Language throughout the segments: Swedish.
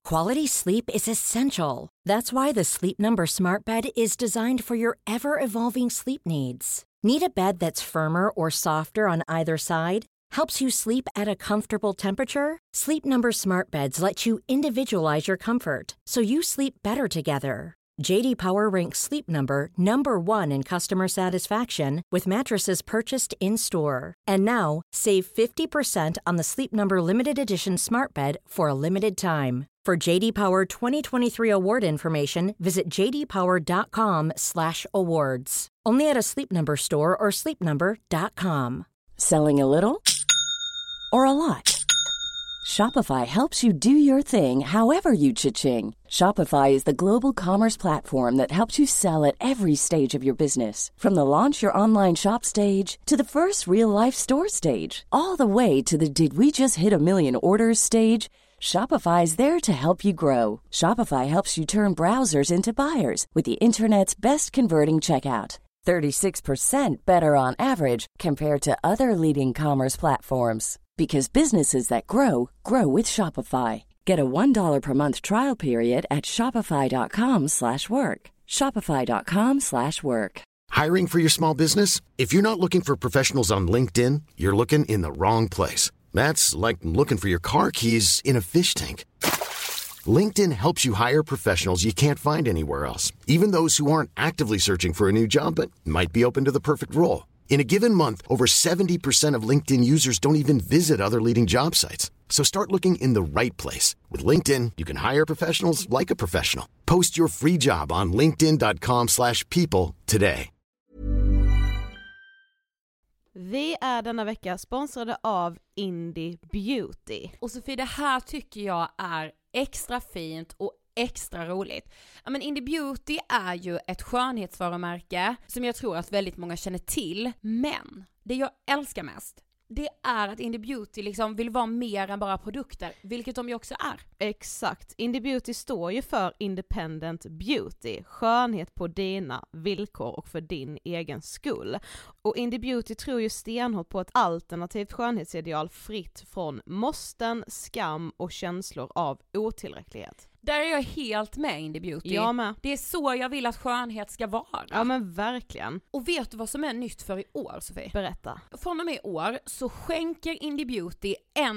Quality sleep is essential. That's why the Sleep Number Smart Bed is designed for your ever-evolving sleep needs. Need a bed that's firmer or softer on either side? Helps you sleep at a comfortable temperature? Sleep Number Smart Beds let you individualize your comfort, so you sleep better together. J.D. Power ranks Sleep Number #1 in customer satisfaction with mattresses purchased in-store. And now, save 50% on the Sleep Number Limited Edition Smart Bed for a limited time. For J.D. Power 2023 award information, visit jdpower.com/awards. Only at a Sleep Number store or sleepnumber.com. Selling a little or a lot? Shopify helps you do your thing however you cha-ching. Shopify is the global commerce platform that helps you sell at every stage of your business. From the launch your online shop stage to the first real-life store stage, all the way to the did we just hit a million orders stage. Shopify is there to help you grow. Shopify helps you turn browsers into buyers with the internet's best converting checkout. 36% better on average compared to other leading commerce platforms. Because businesses that grow, grow with Shopify. Get a $1 per month trial period at shopify.com/work. Shopify.com/work. Hiring for your small business? If you're not looking for professionals on LinkedIn, you're looking in the wrong place. That's like looking for your car keys in a fish tank. LinkedIn helps you hire professionals you can't find anywhere else, even those who aren't actively searching for a new job but might be open to the perfect role. In a given month, over 70% of LinkedIn users don't even visit other leading job sites. So start looking in the right place. With LinkedIn, you can hire professionals like a professional. Post your free job on linkedin.com/people today. Vi är denna vecka sponsrade av Indie Beauty. Och Sofie, det här tycker jag är extra fint och extra roligt. Ja, men Indie Beauty är ju ett skönhetsvarumärke som jag tror att väldigt många känner till. Men det jag älskar mest, det är att Indie Beauty liksom vill vara mer än bara produkter, vilket de ju också är. Exakt. Indie Beauty står ju för Independent Beauty. Skönhet på dina villkor och för din egen skull. Och Indie Beauty tror ju stenhårt på ett alternativt skönhetsideal fritt från måsten, skam och känslor av otillräcklighet. Där är jag helt med Indie Beauty. Jag med. Det är så jag vill att skönhet ska vara. Ja men verkligen. Och vet du vad som är nytt för i år, Sofie? Berätta. Från och med i år så skänker Indie Beauty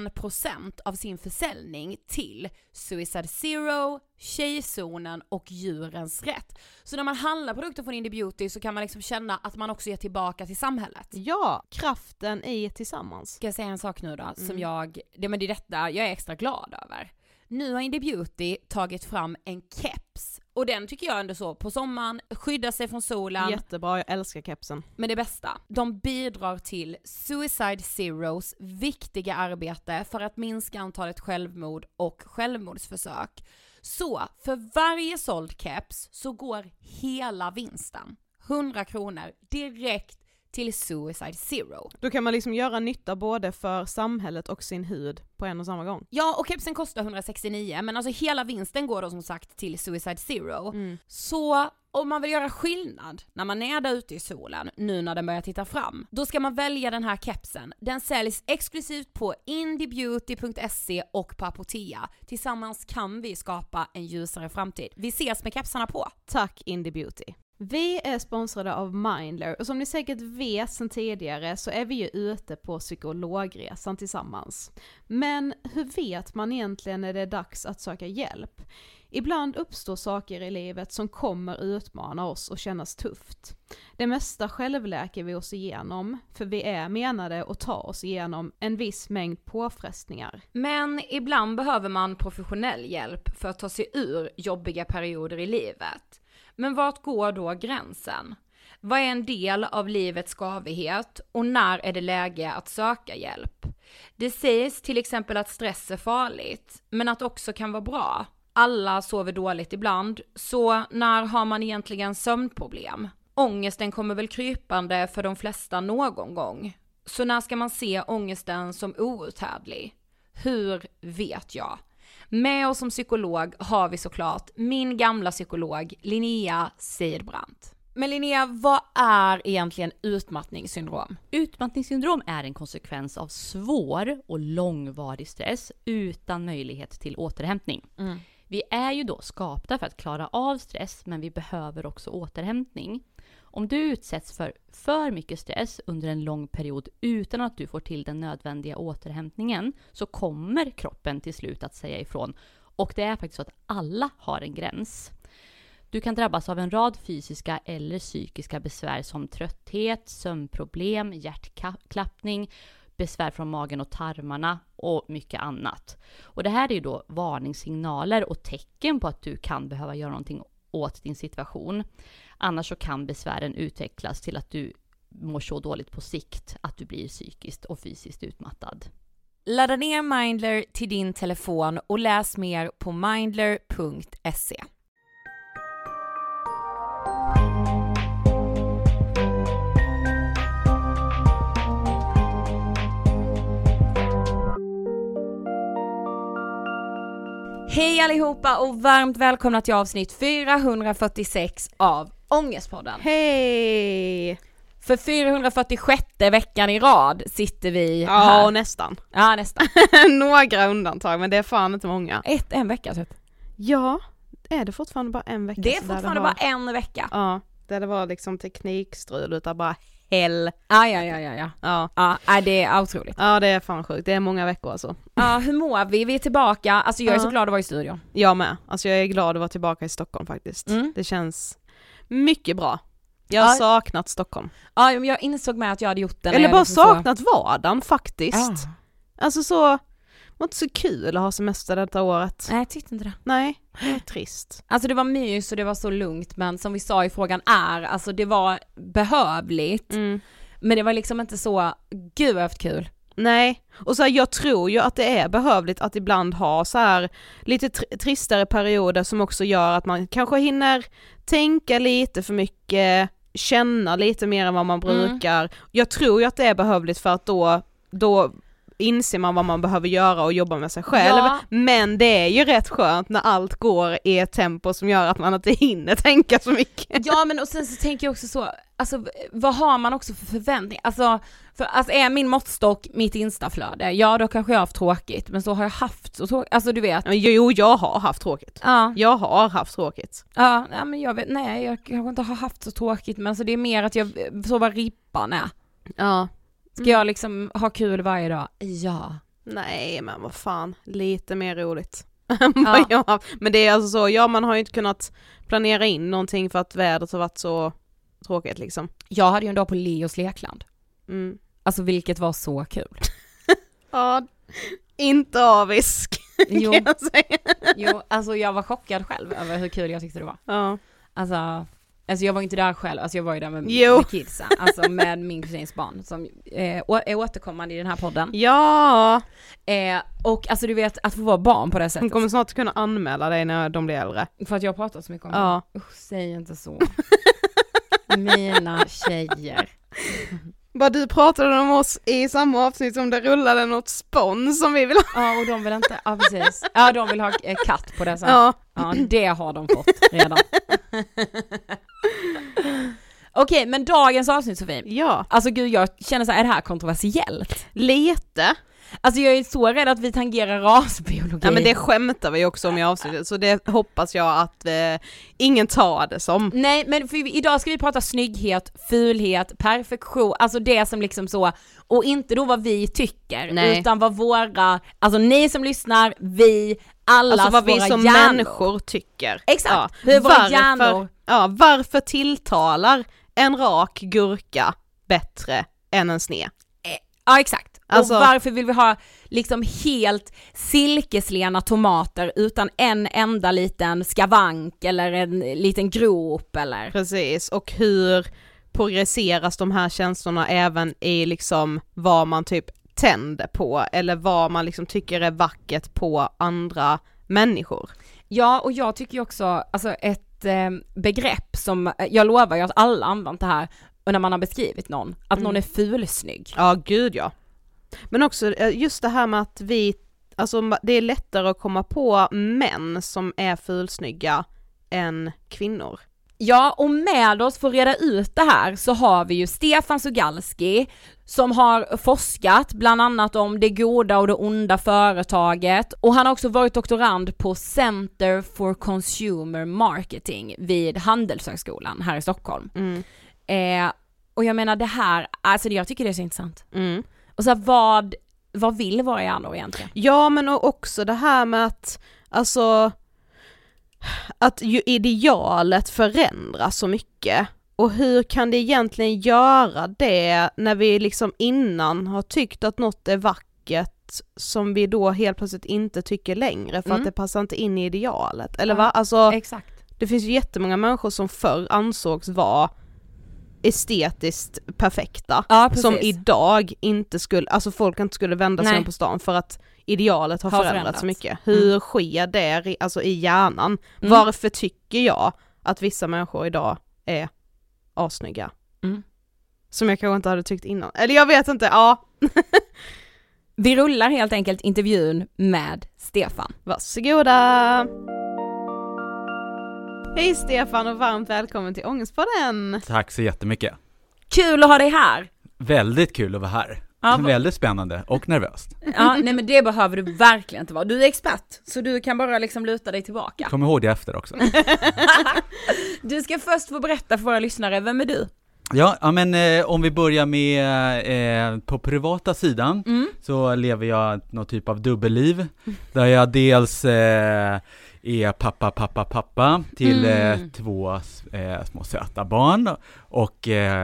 1% av sin försäljning till Suicide Zero, Tjejzonen och Djurens Rätt. Så när man handlar produkter från Indie Beauty så kan man liksom känna att man också ger tillbaka till samhället. Ja, kraften i tillsammans. Ska jag säga en sak nu då som det är detta jag är extra glad över. Nu har Indie Beauty tagit fram en keps. Och den tycker jag ändå så på sommaren, skydda sig från solen. Jättebra, jag älskar kepsen. Men det bästa, de bidrar till Suicide Zeros viktiga arbete för att minska antalet självmord och självmordsförsök. Så för varje såld keps så går hela vinsten, 100 kronor, direkt till Suicide Zero. Då kan man liksom göra nytta både för samhället och sin hud på en och samma gång. Ja, och kepsen kostar 169, men alltså hela vinsten går då som sagt till Suicide Zero. Så om man vill göra skillnad när man är där ute i solen, nu när den börjar titta fram, då ska man välja den här kepsen. Den säljs exklusivt på indiebeauty.se och på Apotea. Tillsammans kan vi skapa en ljusare framtid. Vi ses med kepsarna på. Tack Indie Beauty. Vi är sponsrade av Mindler och som ni säkert vet sedan tidigare så är vi ju ute på psykologresan tillsammans. Men hur vet man egentligen när det är dags att söka hjälp? Ibland uppstår saker i livet som kommer utmana oss och kännas tufft. Det mesta självläker vi oss igenom, för vi är menade att ta oss igenom en viss mängd påfrestningar. Men ibland behöver man professionell hjälp för att ta sig ur jobbiga perioder i livet. Men vart går då gränsen? Vad är en del av livets skavighet och när är det läge att söka hjälp? Det sägs till exempel att stress är farligt, men att också kan vara bra. Alla sover dåligt ibland, så när har man egentligen sömnproblem? Ångesten kommer väl krypande för de flesta någon gång. Så när ska man se ångesten som outhärdlig? Hur vet jag? Med oss som psykolog har vi såklart min gamla psykolog Linnea Seidbrant. Men Linnea, vad är egentligen utmattningssyndrom? Utmattningssyndrom är en konsekvens av svår och långvarig stress utan möjlighet till återhämtning. Vi är ju då skapta för att klara av stress, men vi behöver också återhämtning. Om du utsätts för mycket stress under en lång period utan att du får till den nödvändiga återhämtningen, så kommer kroppen till slut att säga ifrån. Och det är faktiskt så att alla har en gräns. Du kan drabbas av en rad fysiska eller psykiska besvär som trötthet, sömnproblem, hjärtklappning, besvär från magen och tarmarna och mycket annat. Och det här är ju då varningssignaler och tecken på att du kan behöva göra någonting åt din situation. Annars så kan besvären utvecklas till att du mår så dåligt på sikt att du blir psykiskt och fysiskt utmattad. Ladda ner Mindler till din telefon och läs mer på mindler.se. Hej allihopa och varmt välkomna till avsnitt 446 av Ångestpodden. Hej! För 446 veckan i rad sitter vi här. Ja, nästan. Ja, nästan. Några undantag, men det är fan inte många. En vecka typ. Ja, är det fortfarande bara en vecka? Det är fortfarande bara en vecka. Ja, det var liksom teknikstrul utan bara hell. Ja, det är otroligt. Ja, det är fan sjukt. Det är många veckor alltså. Ja, hur mår vi? Vi är tillbaka. Alltså jag är så glad att vara i studion. Jag med. Alltså jag är glad att vara tillbaka i Stockholm faktiskt. Det känns mycket bra. Jag har saknat Stockholm. Ja, jag insåg med att jag hade gjort den. Eller bara saknat vardagen faktiskt. Ja. Alltså så, det var inte så kul att ha semester detta året. Nej, jag tyckte inte det. Nej, det är trist. Alltså det var mys och det var så lugnt, men som vi sa i frågan alltså det var behövligt. Men det var liksom inte så, gud vad kul. Nej, och så här, jag tror ju att det är behövligt att ibland ha så här lite tristare perioder som också gör att man kanske hinner tänka lite för mycket, känna lite mer än vad man brukar. Jag tror ju att det är behövligt för att då inser man vad man behöver göra och jobba med sig själv. Ja. Men det är ju rätt skönt när allt går i ett tempo som gör att man inte hinner tänka så mycket. Ja, men och sen så tänker jag också så, alltså vad har man också för förväntningar? Alltså är min måttstock mitt instaflöde, ja då kanske jag har haft tråkigt, men så har jag haft så tråkigt, alltså du vet. Jo, jag har haft tråkigt. Ja. Jag har haft tråkigt. Ja, men jag kanske inte har haft så tråkigt, men så det är mer att jag så var ribban är. Ja. Ska jag liksom ha kul varje dag? Ja. Nej, men vad fan. Lite mer roligt. Ja. Men det är alltså så, man har ju inte kunnat planera in någonting för att vädret har varit så tråkigt liksom. Jag hade ju en dag på Leos lekland. Alltså vilket var så kul. Ja, inte avisk. Jo. Kan jag säga. Jo, alltså jag var chockad själv över hur kul jag tyckte det var. Ja. Alltså jag var inte där själv, alltså jag var ju där med kidsen, alltså med min kusins barn som är återkommande i den här podden. Ja. Och alltså du vet, att få vara barn på det sättet. Hon kommer snart kunna anmäla dig när de blir äldre. För att jag pratar så mycket om det. Usch, säg inte så. Mina tjejer. Bara du pratade om oss i samma avsnitt som det rullade något spons som vi vill ha. Ja, och de vill inte, ja precis. Ja, de vill ha katt på det så. Ja, det har de fått redan. Okej, men dagens avsnitt, Sofie. Ja. Alltså gud, jag känner så här, är det här kontroversiellt? Lite. Alltså jag är så rädd att vi tangerar rasbiologi. Ja, men det skämtar vi också om i avsnittet, så det hoppas jag att ingen tar det som. Nej, men för idag ska vi prata snygghet, fulhet, perfektion, alltså det som liksom så, och inte då vad vi tycker. Nej. Utan vad våra, alltså ni som lyssnar, vi, alla alltså vad vi som hjärnor. Människor tycker. Exakt, hur våra hjärnor. Ja, varför tilltalar en rak gurka bättre än en sned? Ja, exakt. Alltså, och varför vill vi ha liksom helt silkeslena tomater utan en enda liten skavank eller en liten grop eller? Precis, och hur progresseras de här känslorna även i liksom vad man typ tänder på eller vad man liksom tycker är vackert på andra människor. Ja, och jag tycker ju också, alltså ett begrepp som, jag lovar ju att alla använt det här och när man har beskrivit någon, att någon är fulsnygg. Ja, gud ja. Men också just det här med att alltså det är lättare att komma på män som är fulsnygga än kvinnor. Ja, och med oss för att reda ut det här så har vi ju Stefan Sugalski som har forskat bland annat om det goda och det onda företaget, och han har också varit doktorand på Center for Consumer Marketing vid Handelshögskolan här i Stockholm. Och jag menar det här, alltså jag tycker det är så intressant. Och så här, vad vill våra hjärnor egentligen? Ja, men också det här med att, alltså, att ju idealet förändras så mycket. Och hur kan det egentligen göra det när vi liksom innan har tyckt att något är vackert som vi då helt plötsligt inte tycker längre för att det passar inte in i idealet. Eller va? Alltså, exakt. Det finns ju jättemånga människor som förr ansågs vara estetiskt perfekta, som idag inte skulle, alltså folk inte skulle vända sig om på stan för att idealet har förändrats så mycket. Hur sker det alltså i hjärnan? Varför tycker jag att vissa människor idag är assnygga? Som jag kanske inte hade tyckt innan. Eller jag vet inte, ja. Vi rullar helt enkelt intervjun med Stefan. Varsågoda! Hej Stefan och varmt välkommen till Ångestpodden. Tack så jättemycket. Kul att ha dig här. Väldigt kul att vara här. Ja, väldigt spännande och nervöst. Ja, nej men det behöver du verkligen inte vara. Du är expert, så du kan bara liksom luta dig tillbaka. Kom ihåg det efter också. Du ska först få berätta för våra lyssnare, vem är du? Ja, men om vi börjar med på privata sidan så lever jag någon typ av dubbelliv. Där jag dels är pappa till 2 små söta barn och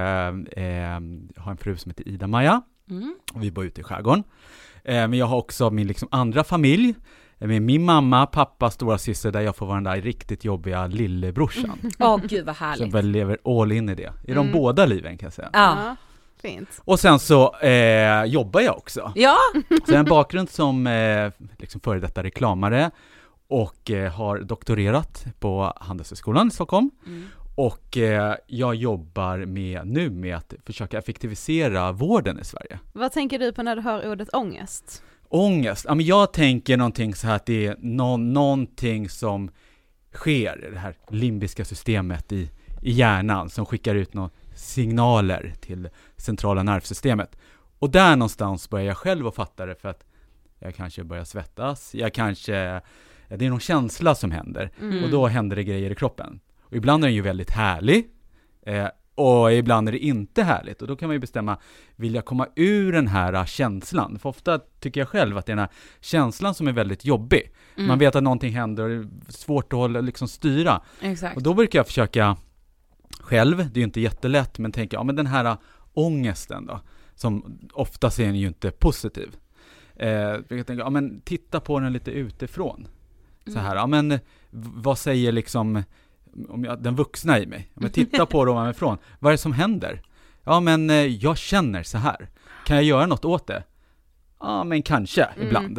har en fru som heter Ida-Maja. Och vi bor ute i skärgården. Men jag har också min liksom andra familj med min mamma, pappa, stora syster, där jag får vara den där riktigt jobbiga lillebrorsan. Gud vad härligt. Så jag lever all in i det. I de båda liven kan jag säga. Ja, fint. Och sen så jobbar jag också. Ja. Så jag har en bakgrund som liksom före detta reklamare och har doktorerat på Handelshögskolan i Stockholm. Och jag jobbar nu med att försöka effektivisera vården i Sverige. Vad tänker du på när du hör ordet ångest? Ångest? Ja, men jag tänker någonting så här att det är någonting som sker i det här limbiska systemet i hjärnan som skickar ut några signaler till centrala nervsystemet. Och där någonstans börjar jag själv att fatta det, för att jag kanske börjar svettas, det är någon känsla som händer och då händer det grejer i kroppen. Och ibland är den ju väldigt härlig och ibland är det inte härligt. Och då kan man ju bestämma, vill jag komma ur den här känslan? För ofta tycker jag själv att det är den här känslan som är väldigt jobbig. Man vet att någonting händer och det är svårt att liksom styra. Exakt. Och då brukar jag försöka själv, det är ju inte jättelätt, men tänka, men den här ångesten då, som oftast är den ju inte positiv. Jag tänker, men titta på den lite utifrån. Så här, men vad säger liksom den vuxna i mig? Men titta på dem ifrån. Vad är det som händer? Ja, men jag känner så här. Kan jag göra något åt det? Ja, men kanske ibland.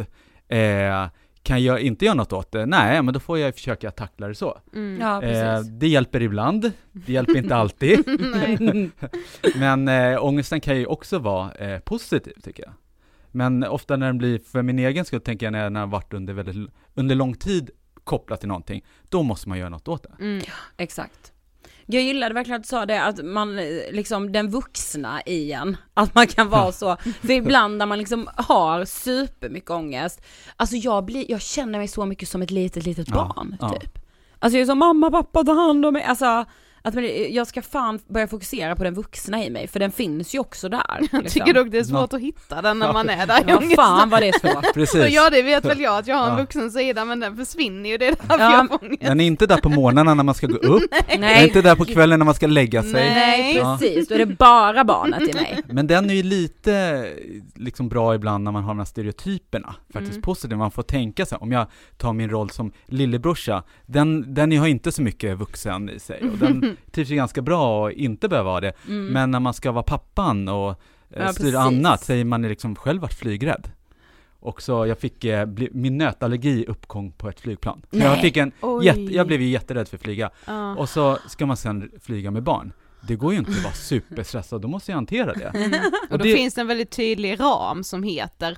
Kan jag inte göra något åt det? Nej, men då får jag försöka tackla det så. Ja, precis. Det hjälper ibland. Det hjälper inte alltid. Men ångesten kan ju också vara positiv, tycker jag. Men ofta när den blir för min egen skull, tänker jag, när den har varit under lång tid kopplat till någonting, då måste man göra något åt det. Exakt. Jag gillade verkligen att du sa det, att man liksom, den vuxna i en, att man kan vara så, för ibland när man liksom har supermycket ångest, alltså jag känner mig så mycket som ett litet barn, typ. Alltså jag är som, mamma, pappa, ta hand om mig, alltså att jag ska fan börja fokusera på den vuxna i mig, för den finns ju också där. Liksom. Jag tycker dock det är svårt att hitta den när man är där. Ja, fan vad det är svårt. Precis. Ja, det vet väl jag att jag har en vuxen sida, men den försvinner ju, det är därför jag får ångest. Den är inte där på morgnarna när man ska gå upp. Den är inte där på kvällen när man ska lägga sig. Nej, precis. Då är det bara barnet i mig. Men den är ju lite liksom bra ibland när man har de här stereotyperna. Faktiskt positivt. Man får tänka sig, om jag tar min roll som lillebrorsa, den har inte så mycket vuxen i sig. Och den trivs ju ganska bra och inte behöver ha det. Men när man ska vara pappan och styra annat, säger man liksom själv varit flygrädd. Och så jag fick min nötallergi uppkom på ett flygplan. Jag blev ju jätterädd för att flyga. Och så ska man sen flyga med barn. Det går ju inte att vara superstressad, då måste jag hantera det. Och då finns det en väldigt tydlig ram som heter pappa.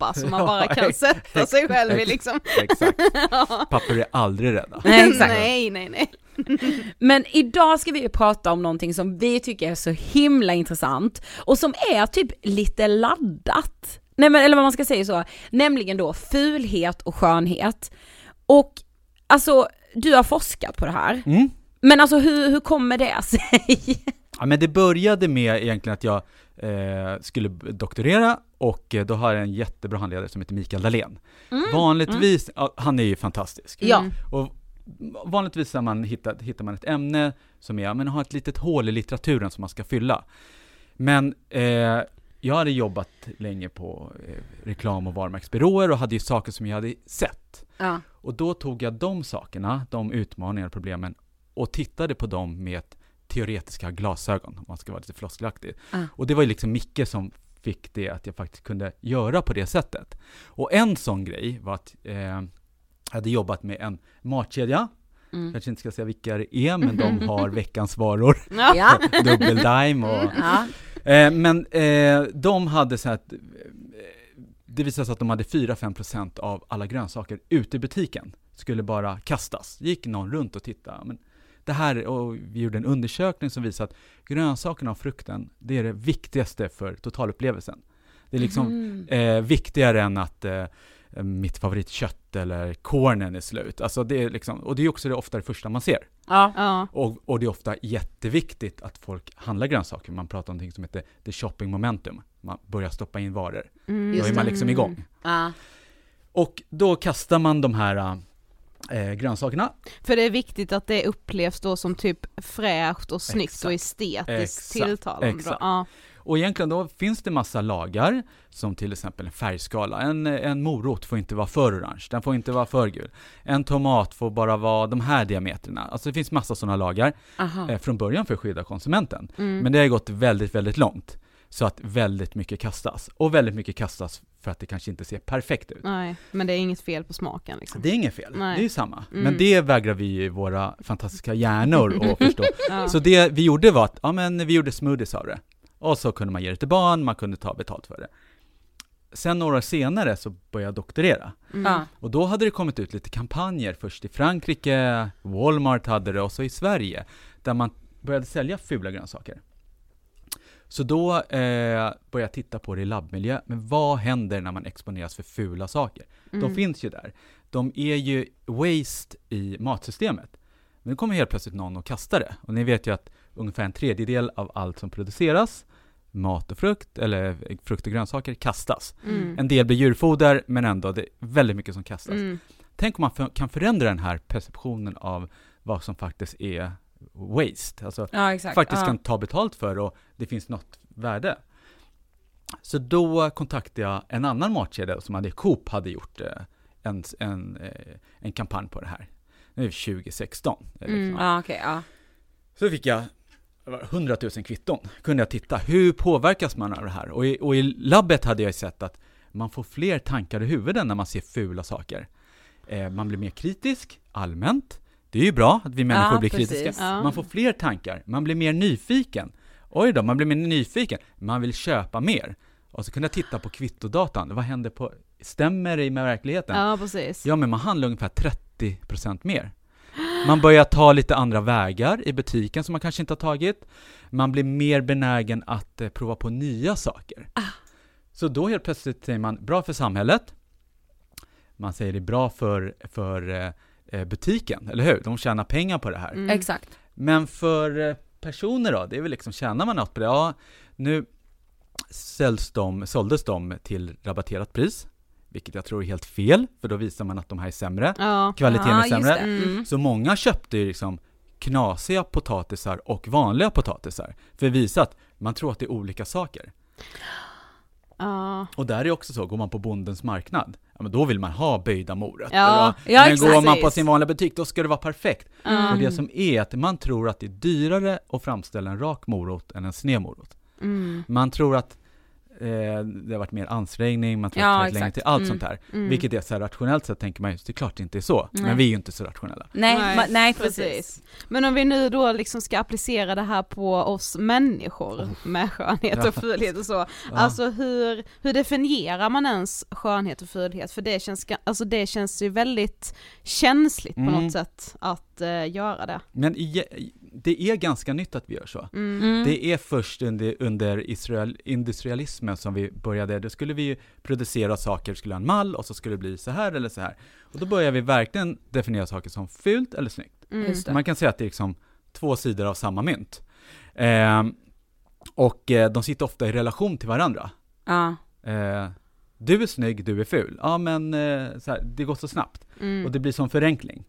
pappa som man bara kan sätta sig själv i liksom. Exakt. Pappor är aldrig rädda. Nej. Men idag ska vi ju prata om någonting som vi tycker är så himla intressant och som är typ lite laddat. Eller vad man ska säga så. Nämligen då fulhet och skönhet. Och alltså, du har forskat på det här. Mm. Men alltså hur kommer det sig? Ja, men det började med egentligen att jag skulle doktorera och då har jag en jättebra handledare som heter Mikael Dahlén. Vanligtvis, han är ju fantastisk. Ja. Och vanligtvis hittar man ett ämne som har ett litet hål i litteraturen som man ska fylla. Men jag hade jobbat länge på reklam- och varumärkesbyråer och hade ju saker som jag hade sett. Ja. Och då tog jag de sakerna, de utmaningarna och problemen och tittade på dem med teoretiska glasögon, om man ska vara lite floskelaktig. Och det var ju liksom Micke som fick det att jag faktiskt kunde göra på det sättet. Och en sån grej var att jag hade jobbat med en matkedja. Kanske inte ska säga vilka det är, men de har veckans varor. Ja. Dubbeldime och... Men de hade så att det visade sig att de hade 4-5% av alla grönsaker ute i butiken skulle bara kastas. Gick någon runt och tittade, men det här, och vi gjorde en undersökning som visade att grönsakerna och frukten, det är det viktigaste för totalupplevelsen. Det är liksom viktigare än att mitt favoritkött eller kornen är slut. Alltså det är liksom, och det är också det ofta det första man ser. Ja. Och det är ofta jätteviktigt att folk handlar grönsaker. Man pratar om något som heter the shopping momentum. Man börjar stoppa in varor. Då är man liksom igång. Och då kastar man de här grönsakerna. För det är viktigt att det upplevs då som typ fräscht och snyggt och estetiskt tilltalande. Exakt. Och egentligen då finns det massa lagar, som till exempel en färgskala. En morot får inte vara för orange, den får inte vara för gul. En tomat får bara vara de här diametrarna. Alltså det finns massa sådana lagar från början för att skydda konsumenten. Men det har gått väldigt, väldigt långt. Så att väldigt mycket kastas. Och väldigt mycket kastas för att det kanske inte ser perfekt ut. Nej, men det är inget fel på smaken liksom. Det är inget fel, det är ju samma. Men det vägrar vi i våra fantastiska hjärnor att förstå. Så det vi gjorde var att vi gjorde smoothies av det. Och så kunde man ge det till barn, man kunde ta betalt för det. Sen några år senare så började jag doktorera. Och då hade det kommit ut lite kampanjer. Först i Frankrike, Walmart hade det, och så i Sverige. Där man började sälja fula grönsaker. Så då började jag titta på det i labbmiljö. Men vad händer när man exponeras för fula saker? De finns ju där. De är ju waste i matsystemet. Men nu kommer helt plötsligt någon och kastar det. Och ni vet ju att ungefär 1/3 av allt som produceras, mat och frukt, eller frukt och grönsaker, kastas. En del blir djurfoder, men ändå det är väldigt mycket som kastas. Tänk om man kan förändra den här perceptionen av vad som faktiskt är waste. Alltså faktiskt kan ta betalt för, och det finns något värde. Så då kontaktade jag en annan matkedja som Coop hade gjort en kampanj på det här. Nu är det 2016. Så fick jag 100 000 kvitton. Kunde jag titta, hur påverkas man av det här? Och i labbet hade jag sett att man får fler tankar i huvudet när man ser fula saker. Man blir mer kritisk, allmänt. Det är ju bra att vi människor blir kritiska. Man får fler tankar, man blir mer nyfiken. Man blir mer nyfiken. Man vill köpa mer. Och så kunde jag titta på kvittodatan. Vad händer stämmer det med verkligheten? Ja, precis. Ja, men man handlar ungefär 30% mer. Man börjar ta lite andra vägar i butiken som man kanske inte har tagit. Man blir mer benägen att prova på nya saker. Så då helt plötsligt säger man bra för samhället. Man säger det är bra för butiken, eller hur? De tjänar pengar på det här. Exakt. Men för personer då, det är väl liksom, tjänar man något på det? Ja, nu såldes de till rabatterat pris. Vilket jag tror är helt fel, för då visar man att de här är sämre. Kvaliteten är sämre. Så många köpte ju liksom knasiga potatisar och vanliga potatisar. För att visa att man tror att det är olika saker. Och där är också så, går man på bondens marknad, men då vill man ha böjda morötter. Men går man på sin vanliga butik, då ska det vara perfekt. För det som är att man tror att det är dyrare att framställa en rak morot än en sned morot. Man tror att det har varit mer ansträngning, man tror längre till allt sånt här. Vilket är så här, rationellt sett tänker man just, det är klart det inte är så. Men vi är ju inte så rationella. Nej, precis. Men om vi nu då liksom ska applicera det här på oss människor med skönhet och fulhet och så. Alltså hur definierar man ens skönhet och fulhet? För det känns ju väldigt känsligt på något sätt att göra det. Men det är ganska nytt att vi gör så. Det är först under industrialismen som vi började, då skulle vi producera saker, skulle ha en mall och så skulle det bli så här eller så här. Och då börjar vi verkligen definiera saker som fult eller snyggt. Man kan säga att det är liksom 2 sidor av samma mynt. Och de sitter ofta i relation till varandra. Du är snygg, du är ful. Ja, men så här, det går så snabbt. Och det blir som förenkling.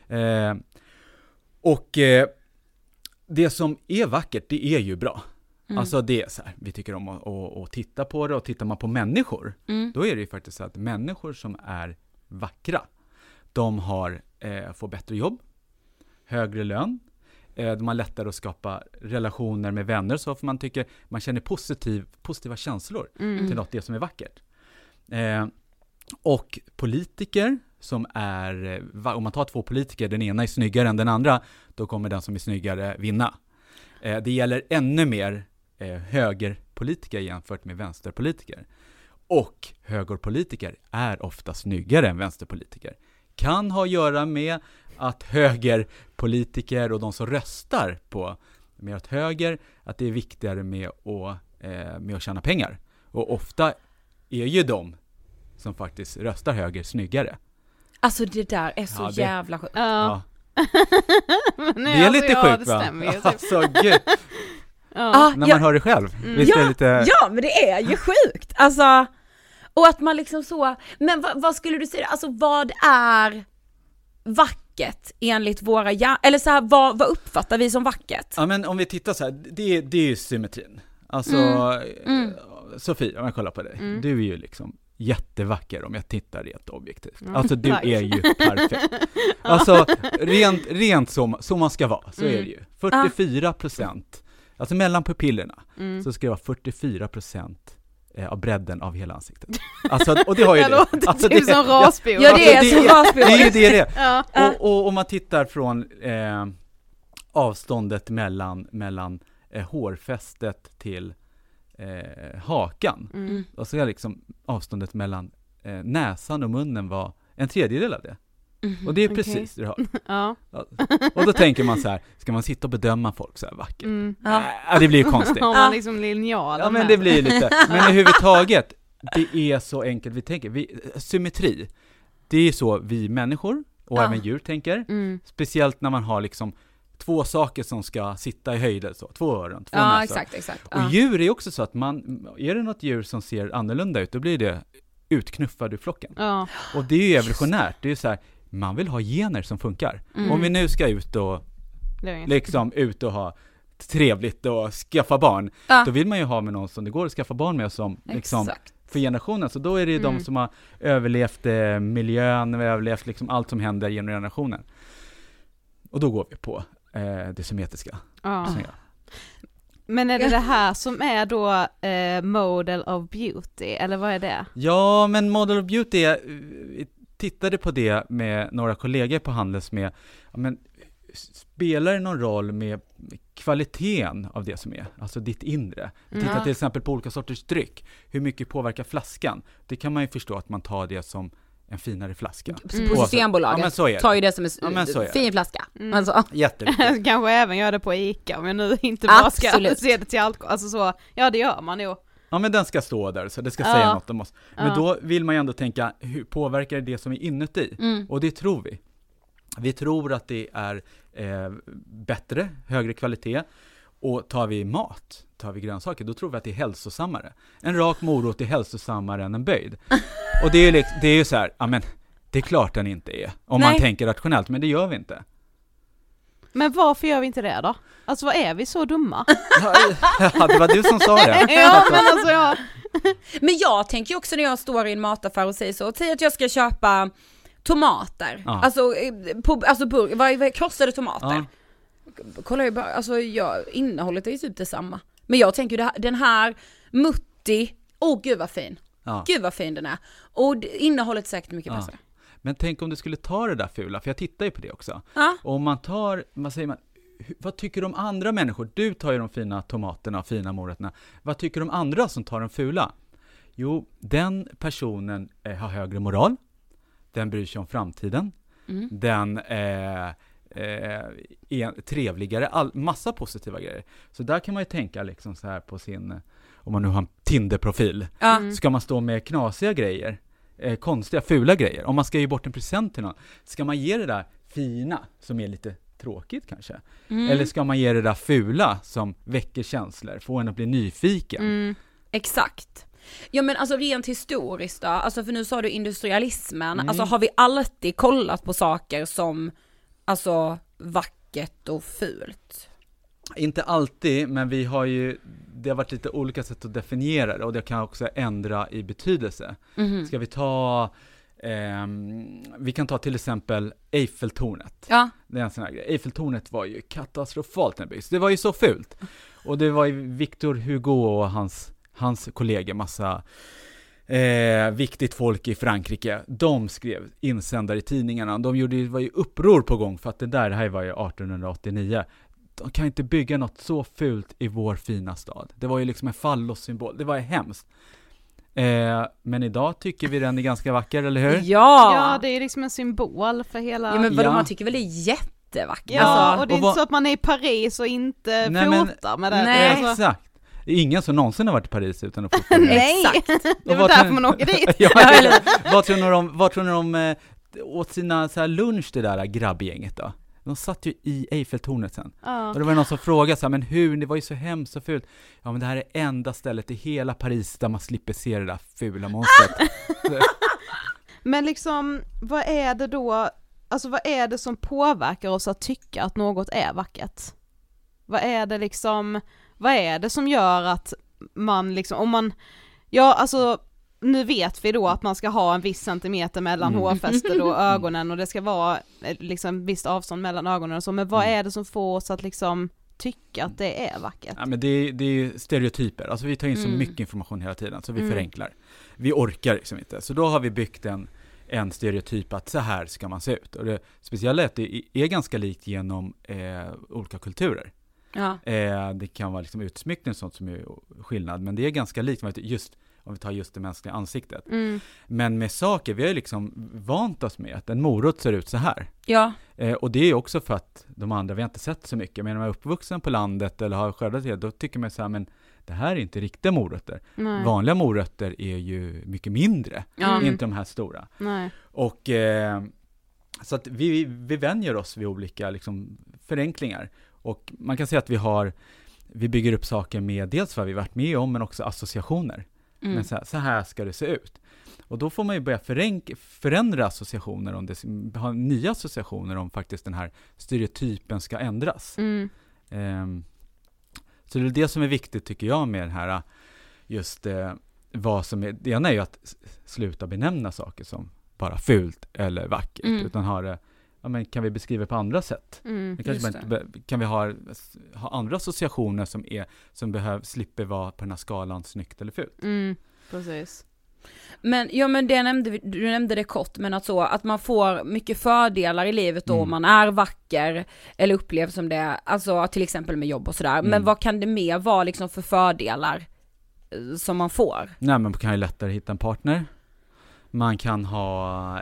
Och det som är vackert, det är ju bra. Alltså det är så här, vi tycker om att titta på det, och tittar man på människor, då är det ju faktiskt så att människor som är vackra, de får bättre jobb, högre lön, de har lättare att skapa relationer med vänner, så för man känner positiva känslor till något det som är vackert. Och politiker som är, om man tar 2 politiker, den ena är snyggare än den andra, då kommer den som är snyggare vinna. Det gäller ännu mer högerpolitiker jämfört med vänsterpolitiker. Och högerpolitiker är ofta snyggare än vänsterpolitiker. Kan ha att göra med att högerpolitiker och de som röstar på mer åt höger, att det är viktigare med att tjäna pengar. Och ofta är ju de som faktiskt röstar höger snyggare. Alltså det där är så jävla sjukt. Ja. Det är lite sjukt, va? Alltså gud. När man hör det själv. Visst är det lite... Ja, men det är ju sjukt. Alltså, och att man liksom så... Men vad skulle du säga? Alltså vad är vackert enligt våra... Eller så här, vad uppfattar vi som vackert? Ja, men om vi tittar så här, det är ju symmetrin. Alltså, Sofie, om jag kollar på dig. Du är ju liksom jättevacker om jag tittar rent objektivt. Alltså du är ju perfekt. Alltså rent som man ska vara, så är det ju. 44%, alltså mellan pupillerna, så ska det vara 44% av bredden av hela ansiktet. Alltså, och det har ju det. Alltså, det är som rasbiolog. Ja, det är som rasbiolog. Det är ju det. Ja. Och om man tittar från avståndet mellan hårfästet till hakan. Och så är liksom avståndet mellan näsan och munnen var 1/3 av det. Och det är precis det du har. Och då tänker man så här, ska man sitta och bedöma folk så här vackert? Det blir ju konstigt. Har man liksom linjal. Ja, men det blir lite. Men överhuvudtaget, det är så enkelt vi tänker. Symmetri, det är så vi människor och även djur tänker. Speciellt när man har liksom 2 saker som ska sitta i höjden, så 2 öron, 2 näsor. Exakt. Och djur är också så att är det något djur som ser annorlunda ut, då blir det utknuffad ur flocken. Och det är ju evolutionärt. Det är ju så här, man vill ha gener som funkar. Om vi nu ska ut och ha trevligt och skaffa barn, då vill man ju ha med någon som det går att skaffa barn med, som liksom för generationen. Så då är det ju de som har överlevt miljön, överlevt liksom allt som händer genom generationen. Och då går vi på det symmetriska. Men är det här som är då model of beauty, eller vad är det? Ja, men model of beauty tittade på det med några kollegor på Handels med, men spelar det någon roll med kvaliteten av det som är, alltså ditt inre? Titta till exempel på olika sorters dryck. Hur mycket påverkar flaskan? Det kan man ju förstå att man tar det som en finare flaska. På Systembolaget tar ju det som en fin flaska. Alltså. Jätteviktigt. Kanske även gör det på Ica, men nu inte bara ska se det till alkohol. Alltså så, ja, det gör man ju. Ja, men den ska stå där, så det ska säga något om oss. Men då vill man ju ändå tänka, hur påverkar det som är inuti? Och det tror vi. Vi tror att det är bättre, högre kvalitet. Och tar vi grönsaker, då tror vi att det är hälsosammare. En rak morot är hälsosammare än en böjd. Och det är ju så här, men det är klart den inte är. Om man tänker rationellt, men det gör vi inte. Men varför gör vi inte det då? Alltså, vad är vi så dumma? Ja, det var du som sa det. Men jag tänker ju också när jag står i en mataffär och säger så, och säger att jag ska köpa tomater. Alltså krossade tomater. Kolla ju bara, alltså innehållet är ju typ detsamma. Men jag tänker den här Mutti gud vad fin. Ja. Gud vad fin den är. Och innehållet säkert mycket bättre. Men tänk om du skulle ta det där fula, för jag tittar ju på det också. Ja. Och om man tar, vad tycker de andra människor? Du tar ju de fina tomaterna och fina morötterna. Vad tycker de andra som tar de fula? Jo, den personen har högre moral. Den bryr sig om framtiden. Den är trevligare. Massa positiva grejer. Så där kan man ju tänka liksom så här på sin, om man nu har en Tinder-profil. Ska man stå med knasiga grejer? Konstiga, fula grejer. Om man ska ge bort en present till någon, ska man ge det där fina som är lite tråkigt kanske? Eller ska man ge det där fula som väcker känslor, får en att bli nyfiken? Exakt. Ja, men alltså rent historiskt då, alltså för nu sa du industrialismen, alltså har vi alltid kollat på saker som alltså vackert och fult? Inte alltid, men det har varit lite olika sätt att definiera det, och det kan också ändra i betydelse. Ska vi ta vi kan ta till exempel Eiffeltornet. Ja. Det är en sån här grej. Eiffeltornet var ju katastrofalt när det byggdes. Det var ju så fult. Och det var ju Victor Hugo och hans kollegor, massa viktigt folk i Frankrike. De skrev insändare i tidningarna. Det var ju uppror på gång, för att det här var ju 1889. De kan inte bygga något så fult i vår fina stad. Det var ju liksom en fallossymbol. Det var ju hemskt. Men idag tycker vi den är ganska vacker, eller hur? Ja, det är liksom en symbol för hela... Ja, men man tycker väl det är jättevackert. Ja, alltså, och det är inte så att man är i Paris och inte fotar med det. Nej, alltså. Exakt. Det är ingen som någonsin har varit i Paris utan att fota. Nej, det är väl därför man åker dit. Vad tror ni de åt sina så här lunch, det där grabbgänget då? De satt ju i Eiffeltornet sen. Och det var någon som frågade så här, men hur, det var ju så hemskt så fult. Ja, men det här är enda stället i hela Paris där man slipper se det där fula monstret. Men liksom, vad är det då, alltså vad är det som påverkar oss att tycka att något är vackert? Vad är det som gör att man liksom, om man, alltså nu vet vi då att man ska ha en viss centimeter mellan hårfästet och ögonen, och det ska vara liksom visst avstånd mellan ögonen och så, men vad är det som får oss att liksom tycka att det är vackert? Ja, men det är stereotyper. Alltså vi tar in så mycket information hela tiden, så vi förenklar. Vi orkar liksom inte. Så då har vi byggt en stereotyp att så här ska man se ut. Och det speciella är att det är ganska likt genom olika kulturer. Ja. Det kan vara liksom utsmyckning och sånt som är skillnad, men det är ganska likt just om vi tar just det mänskliga ansiktet. Men med saker, vi har ju liksom vant oss med att en morot ser ut så här. Ja. Och det är också för att de andra, vi har inte sett så mycket. Men när man är uppvuxen på landet eller har skördat det, då tycker man så här, men det här är inte riktiga morötter. Nej. Vanliga morötter är ju mycket mindre, inte de här stora. Nej. Och så att vi vänjer oss vid olika liksom förenklingar. Och man kan säga att vi bygger upp saker med dels vad vi varit med om, men också associationer. Men så här ska det se ut. Och då får man ju börja förändra associationer, om det har nya associationer, om faktiskt den här stereotypen ska ändras. Så det är det som är viktigt, tycker jag, med den här just vad som är, det ena är ju att sluta benämna saker som bara fult eller vackert, utan ha det, ja, men kan vi beskriva det på andra sätt? Kan vi ha andra associationer som slipper vara på den här skalan snyggt eller fult? Precis. Men du nämnde det kort, men att man får mycket fördelar i livet då om man är vacker eller upplevs som det, alltså till exempel med jobb och sådär. Men vad kan det mer vara liksom för fördelar som man får? Nej, man kan ju lättare hitta en partner. Man kan ha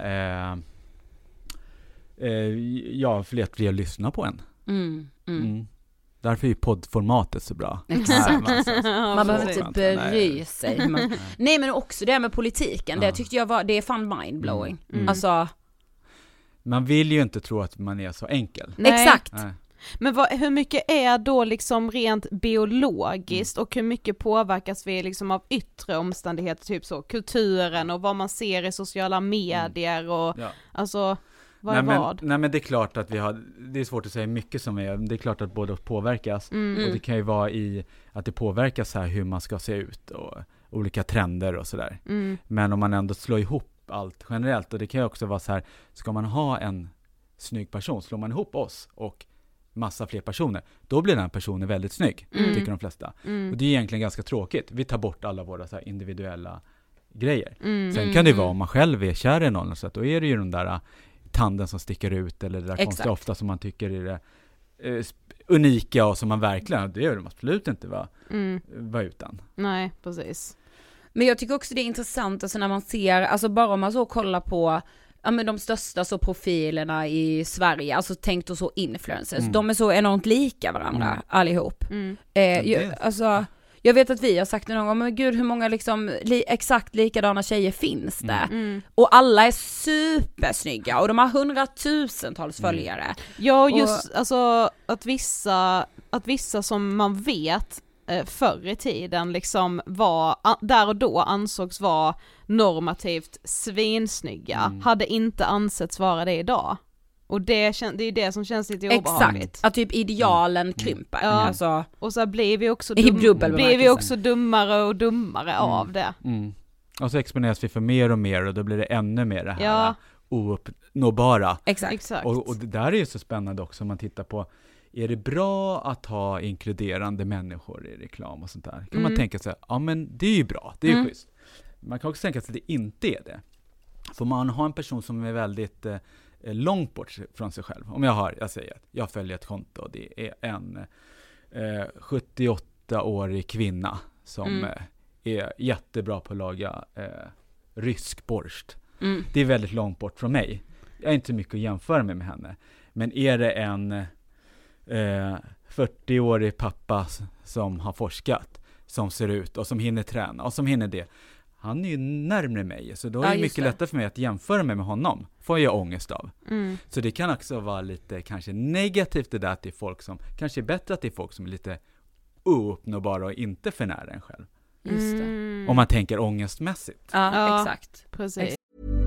fler lyssna på en. Därför är ju poddformatet så bra. Man behöver inte bry sig. Nej, men också det med politiken. Det tyckte jag det är fan mindblowing. Alltså, man vill ju inte tro att man är så enkel. Nej. Exakt. Nej. Men hur mycket är då liksom rent biologiskt och hur mycket påverkas vi liksom av yttre omständigheter, typ så kulturen och vad man ser i sociala medier och alltså vad? Nej, men det är klart att det är svårt att säga mycket som är, det är klart att både påverkas och det kan ju vara i att det påverkas här hur man ska se ut och olika trender och sådär. Men om man ändå slår ihop allt generellt, och det kan ju också vara så här, ska man ha en snygg person, slår man ihop oss och massa fler personer, då blir den personen väldigt snygg, tycker de flesta. Och det är egentligen ganska tråkigt. Vi tar bort alla våra så här individuella grejer. Sen kan det vara, om man själv är kär i någon, så att då är det ju den där tanden som sticker ut, eller det där konstiga ofta som man tycker är det unika och som man verkligen, det är de absolut inte vara utan. Nej, precis. Men jag tycker också det är intressant, alltså när man ser, alltså bara om man så kollar på men de största så profilerna i Sverige, alltså tänkt och så influencers, de är så enormt lika varandra allihop. Alltså jag vet att vi har sagt det någon gång, men gud hur många liksom exakt likadana tjejer finns det? Och alla är supersnygga och de har 100,000-tals följare. Ja, just alltså att vissa som man vet förr i tiden liksom var, där och då ansågs vara normativt svinsnygga, hade inte ansetts vara det idag. Och det är det som känns lite obehagligt. Exakt, att typ idealen krymper. Ja. Alltså, och så blir vi också dummare och dummare av det. Och så exponeras vi för mer och mer, och då blir det ännu mer det här ouppnåbara. Exakt. Och det där är ju så spännande också om man tittar på, är det bra att ha inkluderande människor i reklam och sånt där? Kan man tänka sig, ja men det är ju bra, det är ju schysst. Man kan också tänka sig att det inte är det. För man har en person som är väldigt långt bort från sig själv. Om jag följer ett konto, det är en 78-årig kvinna som är jättebra på att laga rysk borst. Det är väldigt långt bort från mig. Jag är inte mycket att jämföra med henne. Men är det en 40-årig pappa som har forskat, som ser ut och som hinner träna och som hinner det, han är ju närmare mig, så då är det mycket lättare för mig att jämföra mig med honom. Får jag ångest av. Så det kan också vara lite kanske negativt det där, att det är folk som, kanske är bättre att det är folk som är lite ouppnåbara och inte för nära en själv. Just det. Om man tänker ångestmässigt. Ja, exakt. Precis.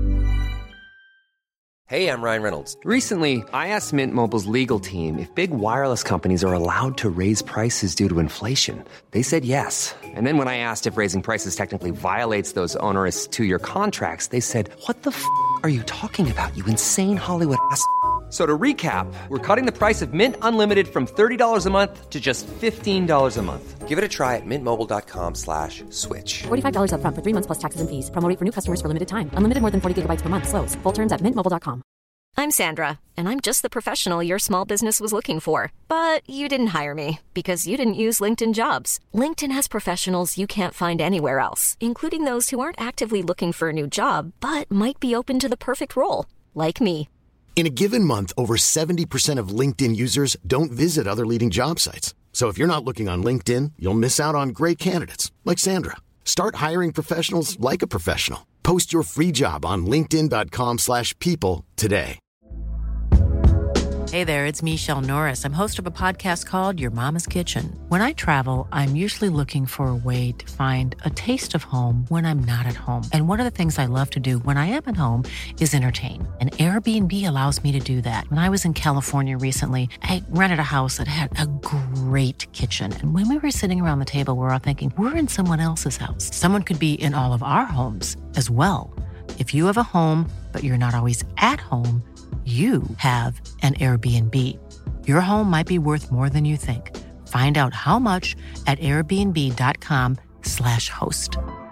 Hey, I'm Ryan Reynolds. Recently, I asked Mint Mobile's legal team if big wireless companies are allowed to raise prices due to inflation. They said yes. And then when I asked if raising prices technically violates those onerous two-year contracts, they said, what the f*** are you talking about, you insane Hollywood ass? So to recap, we're cutting the price of Mint Unlimited from $30 a month to just $15 a month. Give it a try at mintmobile.com/switch. $45 up front for 3 months plus taxes and fees. Promo rate for new customers for limited time. Unlimited more than 40 gigabytes per month. Slows full terms at mintmobile.com. I'm Sandra, and I'm just the professional your small business was looking for. But you didn't hire me because you didn't use LinkedIn Jobs. LinkedIn has professionals you can't find anywhere else, including those who aren't actively looking for a new job, but might be open to the perfect role, like me. In a given month, over 70% of LinkedIn users don't visit other leading job sites. So if you're not looking on LinkedIn, you'll miss out on great candidates like Sandra. Start hiring professionals like a professional. Post your free job on linkedin.com/people today. Hey there, it's Michelle Norris. I'm host of a podcast called Your Mama's Kitchen. When I travel, I'm usually looking for a way to find a taste of home when I'm not at home. And one of the things I love to do when I am at home is entertain. And Airbnb allows me to do that. When I was in California recently, I rented a house that had a great kitchen. And when we were sitting around the table, we were all thinking, we're in someone else's house. Someone could be in all of our homes as well. If you have a home, but you're not always at home, you have an Airbnb. Your home might be worth more than you think. Find out how much at airbnb.com/host.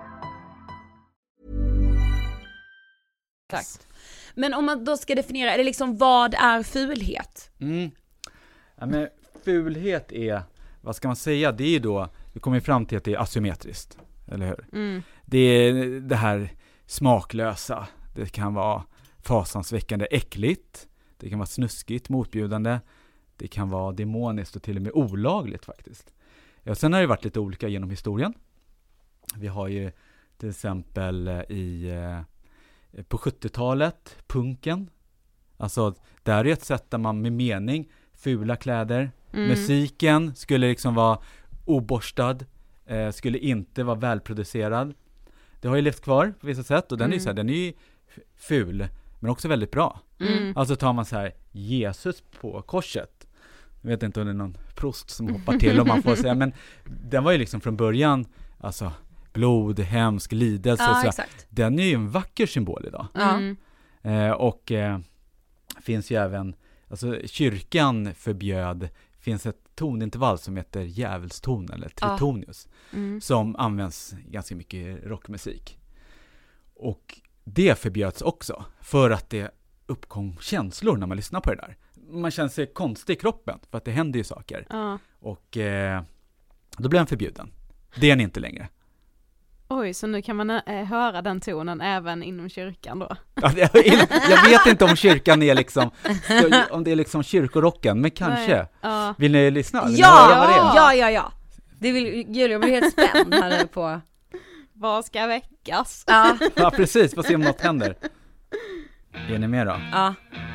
Exakt. Men om man då ska definiera, är det liksom, vad är fulhet? Ja, men fulhet är, vad ska man säga, det är ju då, vi kommer fram till att det är asymmetriskt, eller hur? Det är det här smaklösa, det kan vara fasansväckande äckligt, det kan vara snuskigt, motbjudande, det kan vara demoniskt och till och med olagligt faktiskt. Ja, sen har det varit lite olika genom historien. Vi har ju till exempel på 70-talet punken, alltså där är ett sätt där man med mening, fula kläder, musiken skulle liksom vara oborstad, skulle inte vara välproducerad. Det har ju levt kvar på vissa sätt, och den är ju så här, den är ju ful men också väldigt bra. Alltså tar man så här Jesus på korset. Jag vet inte om det är någon prost som hoppar till om man får säga, men den var ju liksom från början alltså blod, hemsk, lidelse. Så den är ju en vacker symbol idag. Och finns ju även alltså kyrkan förbjöd, finns ett tonintervall som heter djävulston eller tritonius som används ganska mycket i rockmusik. Och det förbjöds också för att det uppkom känslor när man lyssnar på det där. Man känner sig konstig i kroppen för att det händer ju saker. Och då blev den förbjuden. Det är den inte längre. Oj, så nu kan man höra den tonen även inom kyrkan då? Jag vet inte om kyrkan är liksom, om det är liksom kyrkorocken, men kanske. Vill ni lyssna? Vill ni höra vad det är? Ja. Det vill Julia bli helt spänd här på. Vad ska väckas? Ja, precis. Får se om något händer. Är ni med då? Ja.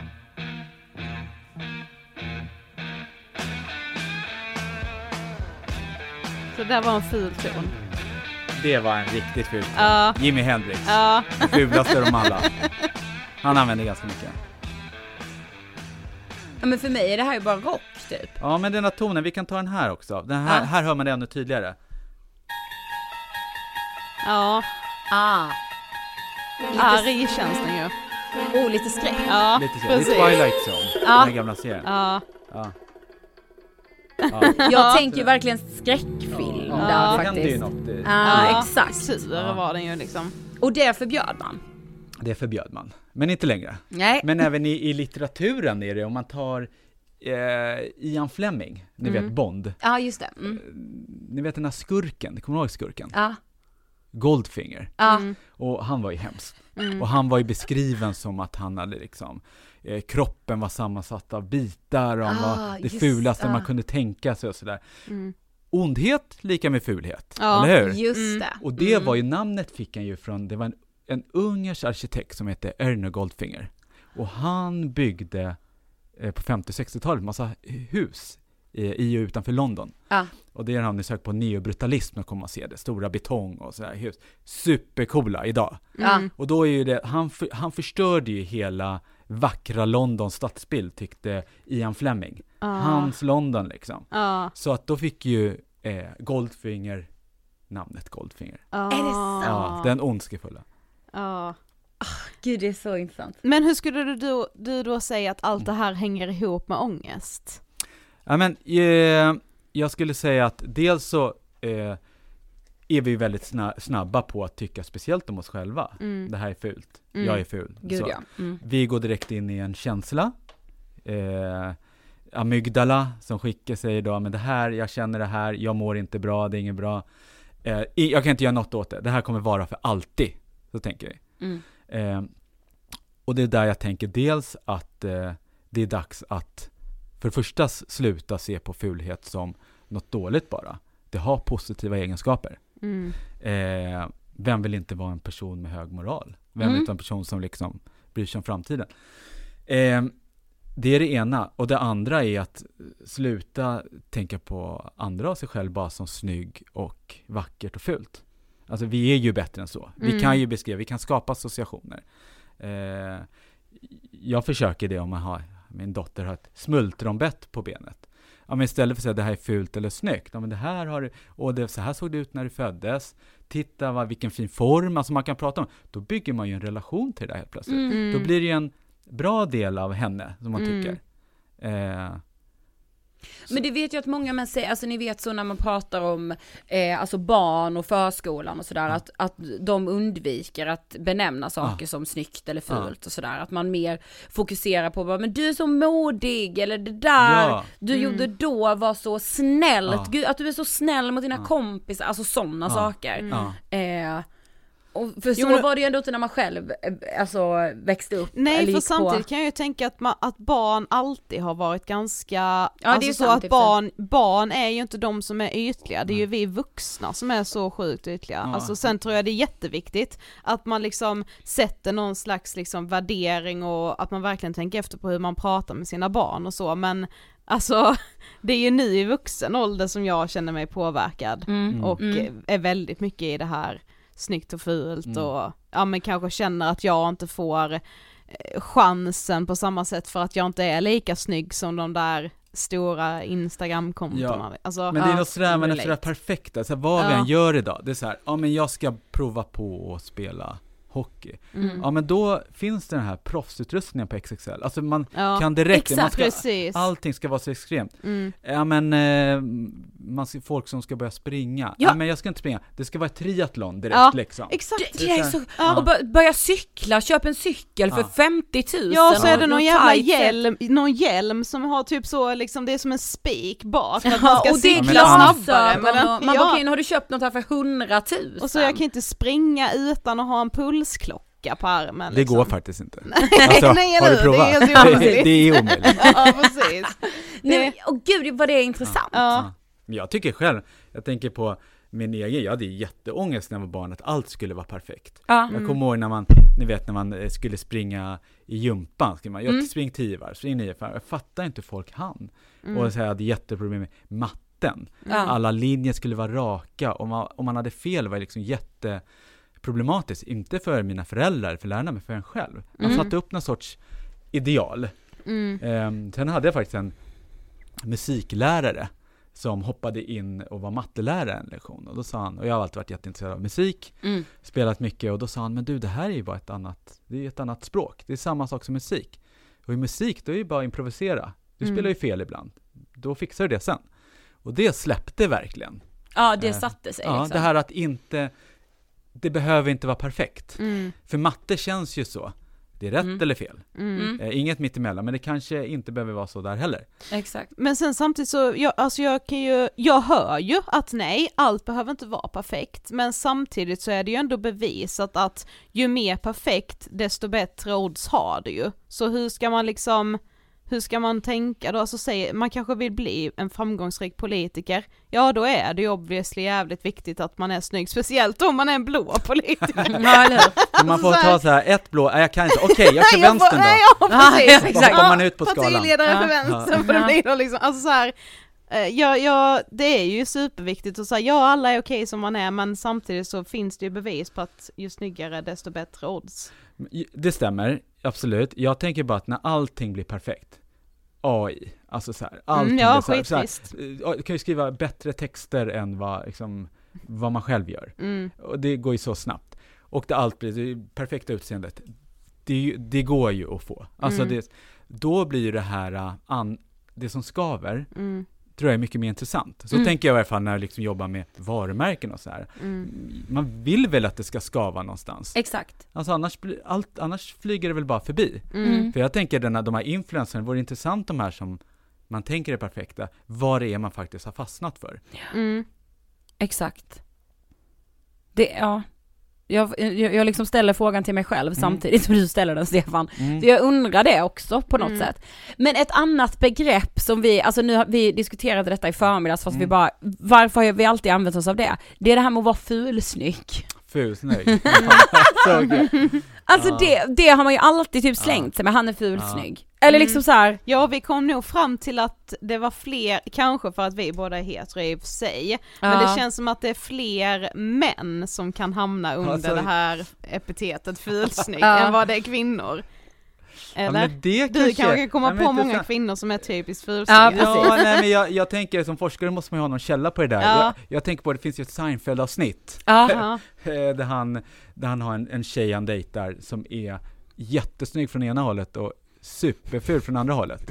Så det var en ful ton. Det var en riktigt ful ton. Jimi Hendrix. Den fulaste av dem alla. Han använder ganska mycket. Ja, men för mig är det här ju bara rock typ. Ja, men den här tonen, vi kan ta den här också. Den här, här hör man det ännu tydligare. Ja. Arg känns den ju. Lite skräck. Ja, lite så. Det är Twilight Zone. Den här gamla serien. Ja. Jag tänker ju verkligen skräckfilm där faktiskt. Det händer ju något. Exakt. Sur var den ju liksom. Och det förbjöd man. Det förbjöd man. Men inte längre. Nej. Men även i litteraturen är det, om man tar Ian Fleming, ni vet Bond. Ja, just det. Ni vet den här skurken, kommer du ihåg skurken? Ja. Goldfinger. Och han var ju hemsk. Och han var ju beskriven som att han hade liksom kroppen var sammansatt av bitar och han var det fulaste man kunde tänka sig och sådär. Ondhet lika med fulhet, eller hur? Just det. Och det var ju, namnet fick han ju från, det var en ungersk arkitekt som hette Ernő Goldfinger. Och han byggde på 50-60-talet massa hus i och utanför London. Och det är han ni söker på neobrutalism, när kommer man se det. Stora betong och sådär hus. Supercoola idag. Och då är ju det, han förstörde ju hela vackra Londons stadsbild, tyckte Ian Fleming. Hans London liksom. Så att då fick ju Goldfinger namnet Goldfinger. Är det sant? Ja, den ondskefulla. Gud, det är så intressant. Men hur skulle du då säga att allt det här hänger ihop med ångest? Ja, men jag skulle säga att dels så är vi väldigt snabba på att tycka speciellt om oss själva. Det här är fult. Jag är ful. Gud, ja. Vi går direkt in i en känsla. Amygdala som skickar sig då, men det här, jag känner det här, jag mår inte bra, det är inget bra. Jag kan inte göra något åt det. Det här kommer vara för alltid. Så tänker vi. Och det är där jag tänker dels att det är dags att för det första sluta se på fulhet som något dåligt bara. Det har positiva egenskaper. Vem vill inte vara en person med hög moral? Vem vill inte vara en person som liksom bryr sig om framtiden? Det är det ena. Och det andra är att sluta tänka på andra av sig själv bara som snygg och vackert och fult. Alltså vi är ju bättre än så. Vi kan ju beskriva, vi kan skapa associationer. Jag försöker det om man har, min dotter har ett smultronbett på benet. Ja, men istället för att säga det här är fult eller snyggt. Ja, men det här har du, och det, så här såg det ut när du föddes. Titta vilken fin form, alltså man kan prata om. Då bygger man ju en relation till det helt plötsligt. Då blir det ju en bra del av henne som man tycker. Men det vet jag att många män säger, alltså ni vet så när man pratar om alltså barn och förskolan och sådär, att de undviker att benämna saker som snyggt eller fult och sådär, att man mer fokuserar på men du är så modig, eller det där du gjorde då var så snällt, Gud, att du är så snäll mot dina kompisar, alltså sådana saker. Och för så var det ju ändå inte när man själv alltså växte upp. Nej, eller för samtidigt kan jag ju tänka att barn alltid har varit ganska, alltså det är så sant, att barn är ju inte de som är ytliga, det är ju vi vuxna som är så sjukt ytliga. Alltså sen tror jag det är jätteviktigt att man liksom sätter någon slags liksom värdering och att man verkligen tänker efter på hur man pratar med sina barn och så, men alltså det är ju nu i vuxen ålder som jag känner mig påverkad och är väldigt mycket i det här snyggt och fult och men kanske känner att jag inte får chansen på samma sätt för att jag inte är lika snygg som de där stora Instagram-kontona. Alltså, men det är något strävan efter det perfekta. Så vad vi än gör idag, det är så här, men jag ska prova på att spela hockey. Ja, men då finns det den här proffsutrustningen på XXL. Alltså man kan direkt, allting ska vara så extremt. Ja, men folk som ska börja springa. Ja, men jag ska inte springa. Det ska vara ett triathlon direkt liksom. Exakt. Det är så, och börja cykla, köp en cykel för 50 000. Ja, så är det någon hjälm som har typ så liksom, det är som en spik bak för att man ska cykla snabbare. Man bara in, har du köpt något här för 100 000? Och så jag kan inte springa utan att ha en pulsklocka på armen. Det går faktiskt inte. Nej, har du provat? Det är omöjligt. Ja, precis. Gud, vad det är intressant. Ja. Jag tycker själv, jag tänker på min egen, jag hade jätteångest när jag var barn att allt skulle vara perfekt. Jag kommer ihåg när man skulle springa i jumpan, jag spring 10 varv, spring 9 varv. Jag fattar inte hur folk hann. Och så jag hade jätteproblem med matten. Alla linjer skulle vara raka, och om man hade fel var det liksom jätteproblematiskt, inte för mina föräldrar, för lärarna, men för en själv. Man satte upp någon sorts ideal. Sen hade jag faktiskt en musiklärare som hoppade in och var mattelärare en lektion, och då sa han, och jag har alltid varit jätteintresserad av musik, spelat mycket, och då sa han, men du, det här är ju bara ett annat språk, det är samma sak som musik, och i musik då är det ju bara att improvisera, du spelar ju fel ibland, då fixar du det sen, och det släppte verkligen. Ja, det satte sig liksom. Det här att det behöver inte vara perfekt, för matte känns ju så. Det är rätt eller fel. Inget mittemellan, men det kanske inte behöver vara så där heller. Exakt. Men sen samtidigt så, jag hör ju att nej, allt behöver inte vara perfekt. Men samtidigt så är det ju ändå bevisat att ju mer perfekt, desto bättre odds har det ju. Så hur ska man tänka då? Alltså man kanske vill bli en framgångsrik politiker. Ja, då är det ju obviously jävligt viktigt att man är snygg. Speciellt om man är en blå politiker. Man får ta så här, ett blå, jag kan inte, okej, jag kör vänstern då. Ja, precis. Exakt. Hoppar man ut på skalan. Partiledare för vänstern, för det blir då liksom, alltså så här, det är ju superviktigt att säga, alla är okej som man är, men samtidigt så finns det ju bevis på att ju snyggare desto bättre odds. Det stämmer, absolut. Jag tänker bara att när allting blir perfekt, AI, alltså så här, allting blir så här, du kan ju skriva bättre texter än vad man själv gör. Och det går ju så snabbt. Och allt blir det perfekta utseendet. Det går ju att få. Alltså då blir det här det som skaver tror jag är mycket mer intressant. Så tänker jag i alla fall när jag liksom jobbar med varumärken och så här. Man vill väl att det ska skava någonstans. Exakt. Alltså annars flyger det väl bara förbi. För jag tänker de här influencerna, vore intressant de här som man tänker är perfekta, vad det är man faktiskt har fastnat för. Exakt. Jag liksom ställer frågan till mig själv samtidigt som du ställer den, Stefan. Så jag undrar det också på något sätt. Men ett annat begrepp som vi diskuterade detta i förmiddags, fast varför har vi alltid använt oss av det? Det är det här med att vara fulsnygg. Fulsnygg. Alltså det har man ju alltid typ slängt sig med, han är fulsnygg. Eller liksom så här. Ja, vi kom nog fram till att det var fler, kanske för att vi båda är hetero i och för sig, men det känns som att det är fler män som kan hamna under det här epitetet fulsnygg än vad det är kvinnor. Eller? Du kan komma på många kvinnor som är typiskt fulsnygga. Men jag tänker som forskare måste man ju ha någon källa på det där. Jag tänker på, det finns ju ett Seinfeld-avsnitt där han har en tjej han dejtar som är jättesnygg från ena hållet och superful från andra hållet.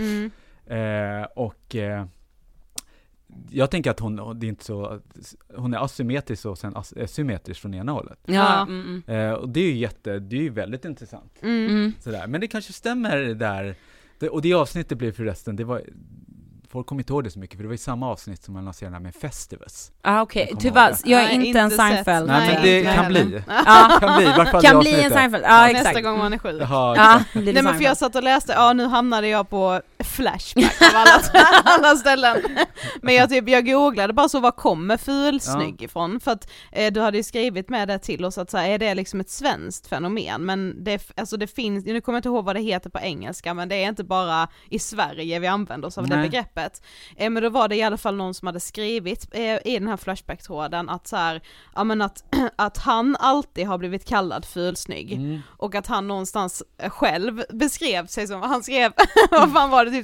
Jag tänker att hon är asymmetrisk och sen symmetrisk från ena hållet. Och det är ju väldigt intressant. Sådär. Men det kanske stämmer där. Och det avsnittet blev förresten, folk kommer inte ihåg det så mycket, för det var ju samma avsnitt som man lanserade med Festivus. Okej. Tyvärr, jag är inte en Seinfeld. Nej, men det kan bli. Kan bli en Seinfeld. Exakt. Nästa gång man är sjuk. Nej, men för jag satt och läste, nu hamnade jag på Flashback av alla ställen. Men jag googlade bara så, vad kommer fulsnygg ifrån? För att du hade ju skrivit med det till oss att så här, är det liksom ett svenskt fenomen? Men det finns, nu kommer jag inte ihåg vad det heter på engelska, men det är inte bara i Sverige vi använder oss av det begreppet. Men då var det i alla fall någon som hade skrivit i den här Flashback-tråden att så här, att han alltid har blivit kallad fulsnygg och att han någonstans själv beskrev sig som, han skrev vad fan var det, typ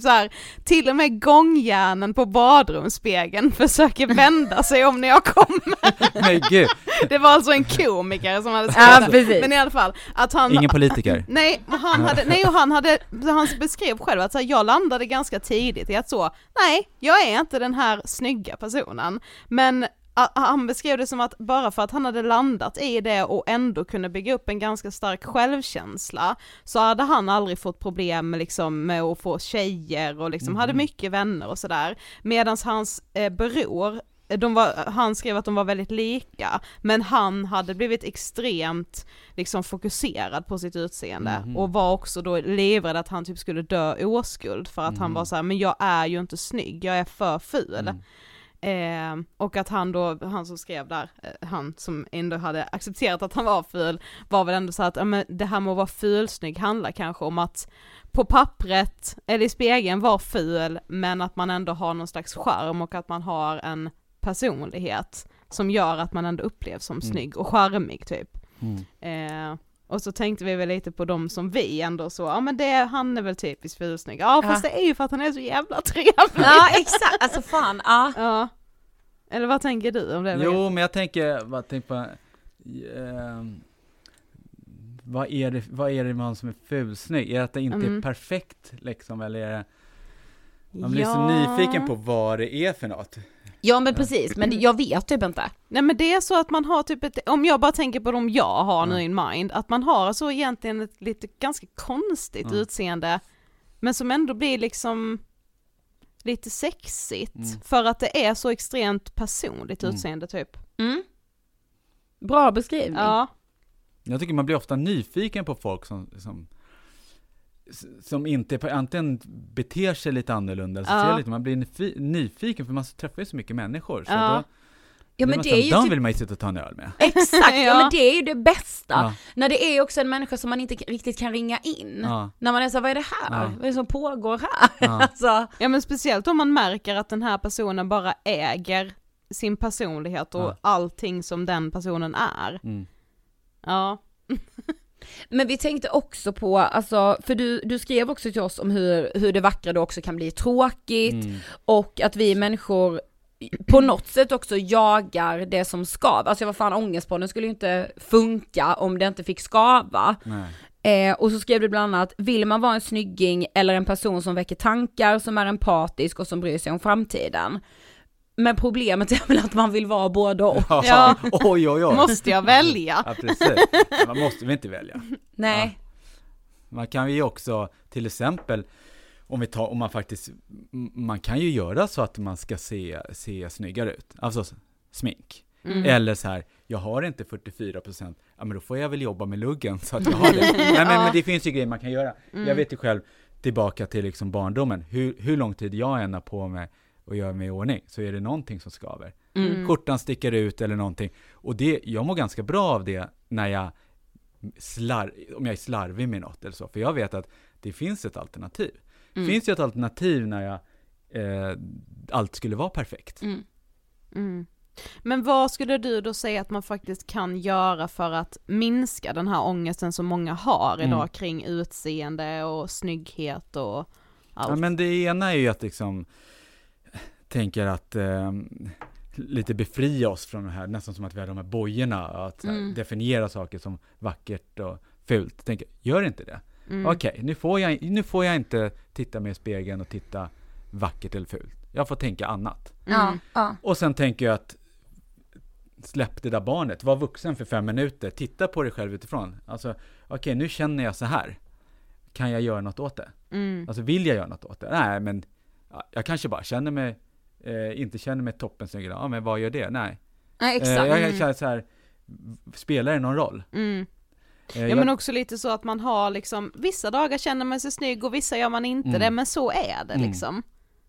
så här, till och med gångjärnen på badrumsspegeln försöker vända sig om när jag kommer. Nej, gud. Det var alltså en komiker som hade skrivit det. Men i alla fall att han... Ingen politiker. Nej, han beskrev själv att så här, jag landade ganska tidigt i att så, nej, jag är inte den här snygga personen. Men han beskrev det som att bara för att han hade landat i det och ändå kunde bygga upp en ganska stark självkänsla, så hade han aldrig fått problem liksom med att få tjejer och liksom hade mycket vänner och sådär. Medans hans bror, han skrev att de var väldigt lika, men han hade blivit extremt liksom fokuserad på sitt utseende och var också då livrädd att han typ skulle dö oskuld för att han var så här, men jag är ju inte snygg, jag är för ful. Och att han som skrev där, han som ändå hade accepterat att han var ful, var väl ändå så att men det här med att vara fulsnygg handlar kanske om att på pappret eller i spegeln vara ful, men att man ändå har någon slags charm och att man har en personlighet som gör att man ändå upplevs som snygg och charmig typ. Och så tänkte vi väl lite på dem som vi ändå så, ja men han är väl typiskt fulsnygg. Ja, fast det är ju för att han är så jävla trevlig. Ja, exakt. Alltså fan, ja. Eller vad tänker du om det? Jo, men jag tänker på vad är det man som är fulsnygg? Är det att det inte är perfekt liksom, eller är det, man blir så nyfiken på vad det är för något? Ja men precis, men jag vet typ inte. Nej men det är så att man har typ om jag bara tänker på dem jag har nu in mind, att man har så egentligen ett lite ganska konstigt utseende, men som ändå blir liksom lite sexigt för att det är så extremt personligt utseende typ. Bra beskrivning. Ja. Jag tycker man blir ofta nyfiken på folk som inte antingen beter sig lite annorlunda eller så lite, man blir nyfiken för man träffar ju så mycket människor så då, men det är ju de vill man ju sitta och ta en öl med. Exakt, men det är ju det bästa när det är också en människa som man inte riktigt kan ringa in när man är så, vad är det här? Vad är det som pågår här? Alltså. Ja men speciellt om man märker att den här personen bara äger sin personlighet och allting som den personen är. Ja. Men vi tänkte också på, alltså, för du skrev också till oss om hur det vackra då också kan bli tråkigt och att vi människor på något sätt också jagar det som skav. Alltså vad fan, ångestpodden skulle ju inte funka om det inte fick skava. Och så skrev du bland annat, vill man vara en snygging eller en person som väcker tankar, som är empatisk och som bryr sig om framtiden? Men problemet är väl att man vill vara både och. Ja. Oj. Måste jag välja? Ja, precis. Man måste väl inte välja. Nej. Ja. Man kan ju också, till exempel, man kan ju göra så att man ska se snyggare ut. Alltså smink. Eller så här, jag har inte 44%. Ja, men då får jag väl jobba med luggen så att jag har det. Nej, men det finns ju grejer man kan göra. Jag vet ju själv, tillbaka till liksom barndomen. Hur lång tid jag än har på mig och gör mig i ordning, så är det någonting som skaver. Skjortan sticker ut eller någonting. Och jag mår ganska bra av det när jag om jag är slarvig med något eller så. För jag vet att det finns ett alternativ. Det finns ju ett alternativ när allt skulle vara perfekt. Men vad skulle du då säga att man faktiskt kan göra för att minska den här ångesten som många har idag kring utseende och snygghet och allt? Ja, men det ena är ju att liksom tänker att lite befria oss från det här, nästan som att vi har de här bojorna, att definiera saker som vackert och fult. Tänker, gör inte det. Okej, nu får jag inte titta med i spegeln och titta vackert eller fult. Jag får tänka annat. Och sen tänker jag att släpp det där barnet, var vuxen för 5 minuter, titta på dig själv utifrån. Alltså, okej, nu känner jag så här. Kan jag göra något åt det? Alltså, vill jag göra något åt det? Nej, men jag kanske bara inte känner mig toppen snygg. Ja, men vad gör det? Nej. Exakt. Jag känner så här, spelar det någon roll? Men också lite så att man har liksom, vissa dagar känner man sig snygg och vissa gör man inte det, men så är det liksom.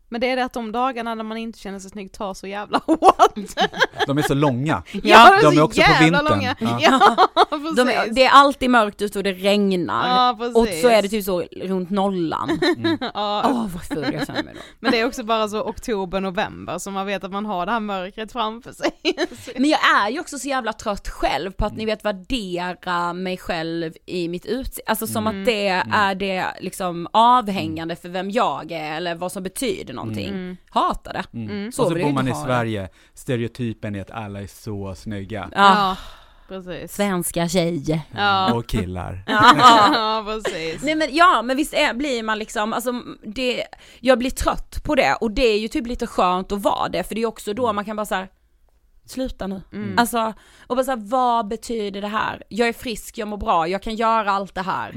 Men det är det att de dagarna när man inte känner sig snygg tar så jävla hårt. De är så långa. Ja, de är också på vintern. Långa. Ja. Ja, det är alltid mörkt ute och det regnar. Ja, och så är det typ så runt nollan. Ja. Vad ful jag känner mig då. Men det är också bara så oktober, november så man vet att man har det här mörkret framför sig. Men jag är ju också så jävla trött själv på att ni vet värdera mig själv i mitt utseende. Alltså som att det är det liksom avhängande för vem jag är eller vad som betyder någonting. Hatar det. Så och så bor man i Sverige. Stereotypen är att alla är så snygga. Ja, precis. Svenska tjejer. Ja. Och killar. Ja, precis. Nej men visst blir man liksom, alltså jag blir trött på det och det är ju typ lite skönt att vara det för det är också då man kan bara så här, sluta nu. Alltså, och bara så här, vad betyder det här? Jag är frisk, jag mår bra, jag kan göra allt det här.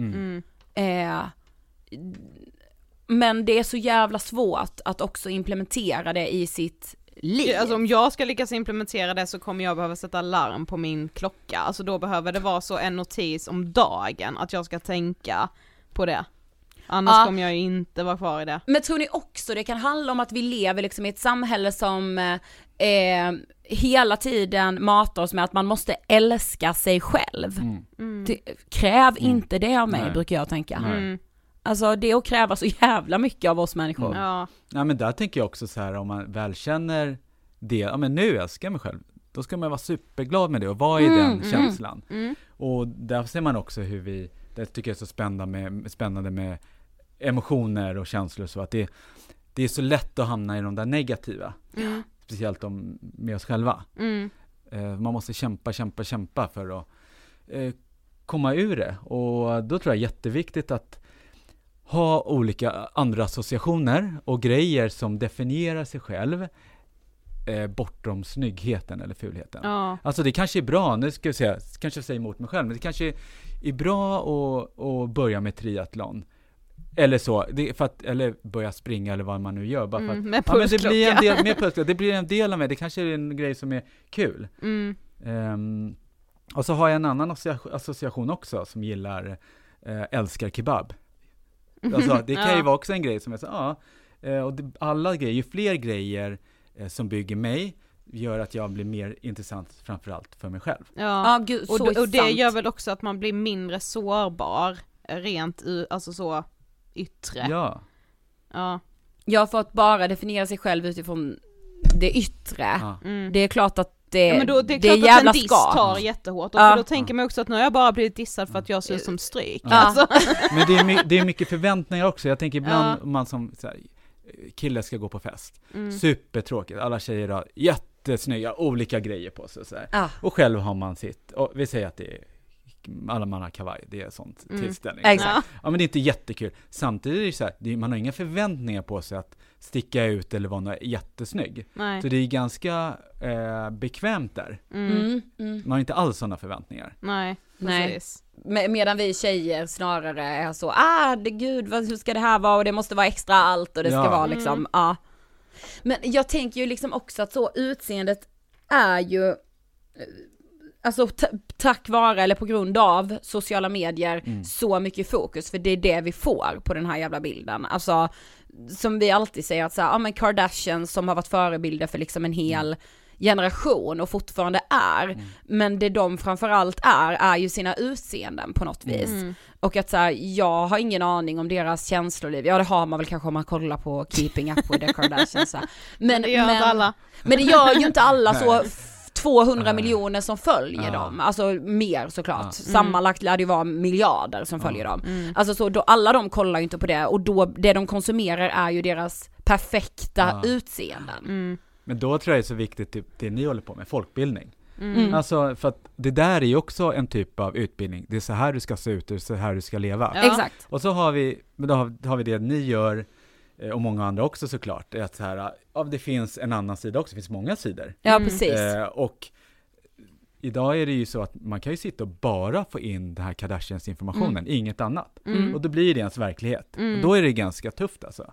Men det är så jävla svårt att också implementera det i sitt liv. Alltså om jag ska lyckas implementera det så kommer jag behöva sätta larm på min klocka. Alltså då behöver det vara så en notis om dagen att jag ska tänka på det. Annars kommer jag ju inte vara kvar i det. Men tror ni också det kan handla om att vi lever liksom i ett samhälle som hela tiden matar oss med att man måste älska sig själv. Kräv inte det av mig, brukar jag tänka. Alltså det är att kräva så jävla mycket av oss människor. Ja, men där tänker jag också så här, om man väl känner det, ja men nu älskar jag mig själv, då ska man vara superglad med det och vara i den känslan. Och där ser man också hur det tycker jag är så spännande med emotioner och känslor, så att det är så lätt att hamna i de där negativa. Speciellt med oss själva. Man måste kämpa för att komma ur det. Och då tror jag jätteviktigt att ha olika andra associationer och grejer som definierar sig själv bortom snyggheten eller fulheten. Ja. Alltså det kanske är bra, nu ska jag säga, kanske jag säger emot mig själv, men det kanske är bra att börja med triathlon. Eller så, eller börja springa eller vad man nu gör. Bara för att, med men det blir en del, med pulsklocka, det blir en del av mig, det kanske är en grej som är kul. Och så har jag en annan association också som gillar älskar kebab. Alltså, det kan ju vara också en grej som är så, och alla grejer, ju fler grejer som bygger mig gör att jag blir mer intressant framförallt för mig själv. Ja, Gud, och det gör väl också att man blir mindre sårbar rent alltså så yttre. Ja. Jag har fått bara definiera sig själv utifrån det yttre. Det är klart att det är jävla att en diss tar jättehårt. Och då tänker man också att nu har jag bara blivit dissad för att jag ser ut som stryk. Alltså. Men det är mycket förväntningar också. Jag tänker ibland om man som så här, kille ska gå på fest. Supertråkigt. Alla tjejer har jättesnygga olika grejer på sig. Så här. Och själv har man sitt. Och vi säger att det är alla man har kavaj, det är sånt tillställning. Exakt. Ja, men det är inte jättekul. Samtidigt är det så här, man har inga förväntningar på sig att sticka ut eller vara jättesnygg. Nej. Så det är ganska bekvämt där. Man har inte alls sådana förväntningar. Nej, precis. Medan vi tjejer snarare är så, gud, hur ska det här vara? Och det måste vara extra allt och det ska vara liksom, Men jag tänker ju liksom också att så utseendet är ju alltså tack vare eller på grund av sociala medier så mycket fokus, för det är det vi får på den här jävla bilden. Alltså som vi alltid säger att så här, men Kardashian som har varit förebilder för liksom en hel generation och fortfarande är, men det de framförallt är ju sina utseenden på något vis. Och att så här, jag har ingen aning om deras känsloliv. Ja, det har man väl kanske om man kollar på Keeping Up with the Kardashians. Men det gör inte alla. Men det gör ju inte alla så 200 miljoner som följer dem. Alltså mer såklart. Sammanlagt lär det vara miljarder som följer dem. Alltså så då, alla de kollar ju inte på det. Och då, det de konsumerar är ju deras perfekta utseenden. Men då tror jag det är så viktigt typ, det ni håller på med, folkbildning. Alltså för att det där är ju också en typ av utbildning. Det är så här du ska se ut, det är så här du ska leva. Exakt. Och så har vi det ni gör och många andra också såklart. Att så här, det finns en annan sida också, det finns många sidor. Ja, precis. Och idag är det ju så att man kan ju sitta och bara få in den här Kardashians informationen, inget annat. Och då blir det ens verklighet. Och då är det ganska tufft alltså.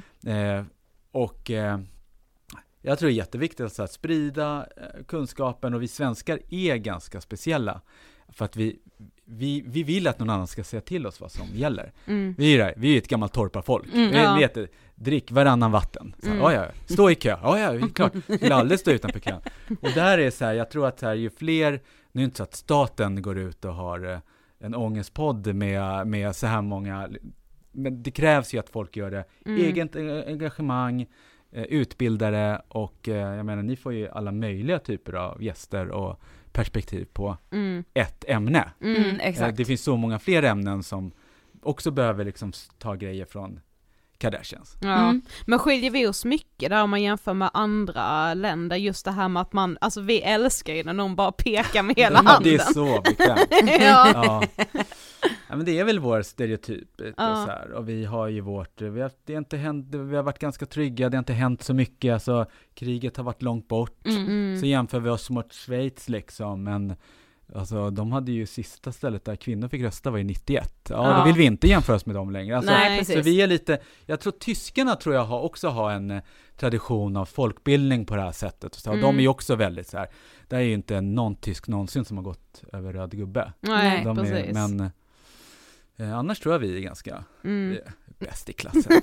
Jag tror det är jätteviktigt alltså, att sprida kunskapen, och vi svenskar är ganska speciella för att vi vill att någon annan ska säga till oss vad som gäller. Vi är ett gammalt torparfolk. Vi vet, drick varannan vatten. Så, stå i kö. Klart. Vill aldrig stå utanför kön. Och där är så här, jag tror att så här, ju fler, nu är det inte så att staten går ut och har en ångestpodd med så här många, men det krävs ju att folk gör det. Eget engagemang, utbildare, och jag menar, ni får ju alla möjliga typer av gäster och perspektiv på ett ämne. Exakt. Det finns så många fler ämnen som också behöver liksom ta grejer från Kardashians. Men skiljer vi oss mycket där om man jämför med andra länder, just det här med att man, alltså vi älskar ju när någon bara pekar med hela handen. Det är så bekvämt. Ja, men det är väl vår stereotyp. Så här. Och vi har ju vi har varit ganska trygga, det har inte hänt så mycket. Alltså, kriget har varit långt bort. Så jämför vi oss mot Schweiz liksom, men alltså, de hade ju sista stället där kvinnor fick rösta var i 91. Då vill vi inte jämföra oss med dem längre. Alltså, Nej, så vi är lite, jag tror tyskarna också har en tradition av folkbildning på det här sättet. Så de är ju också väldigt så här, det är ju inte någon tysk någonsin som har gått över röd gubbe. Nej, precis. Men annars tror jag vi är ganska bäst i klassen.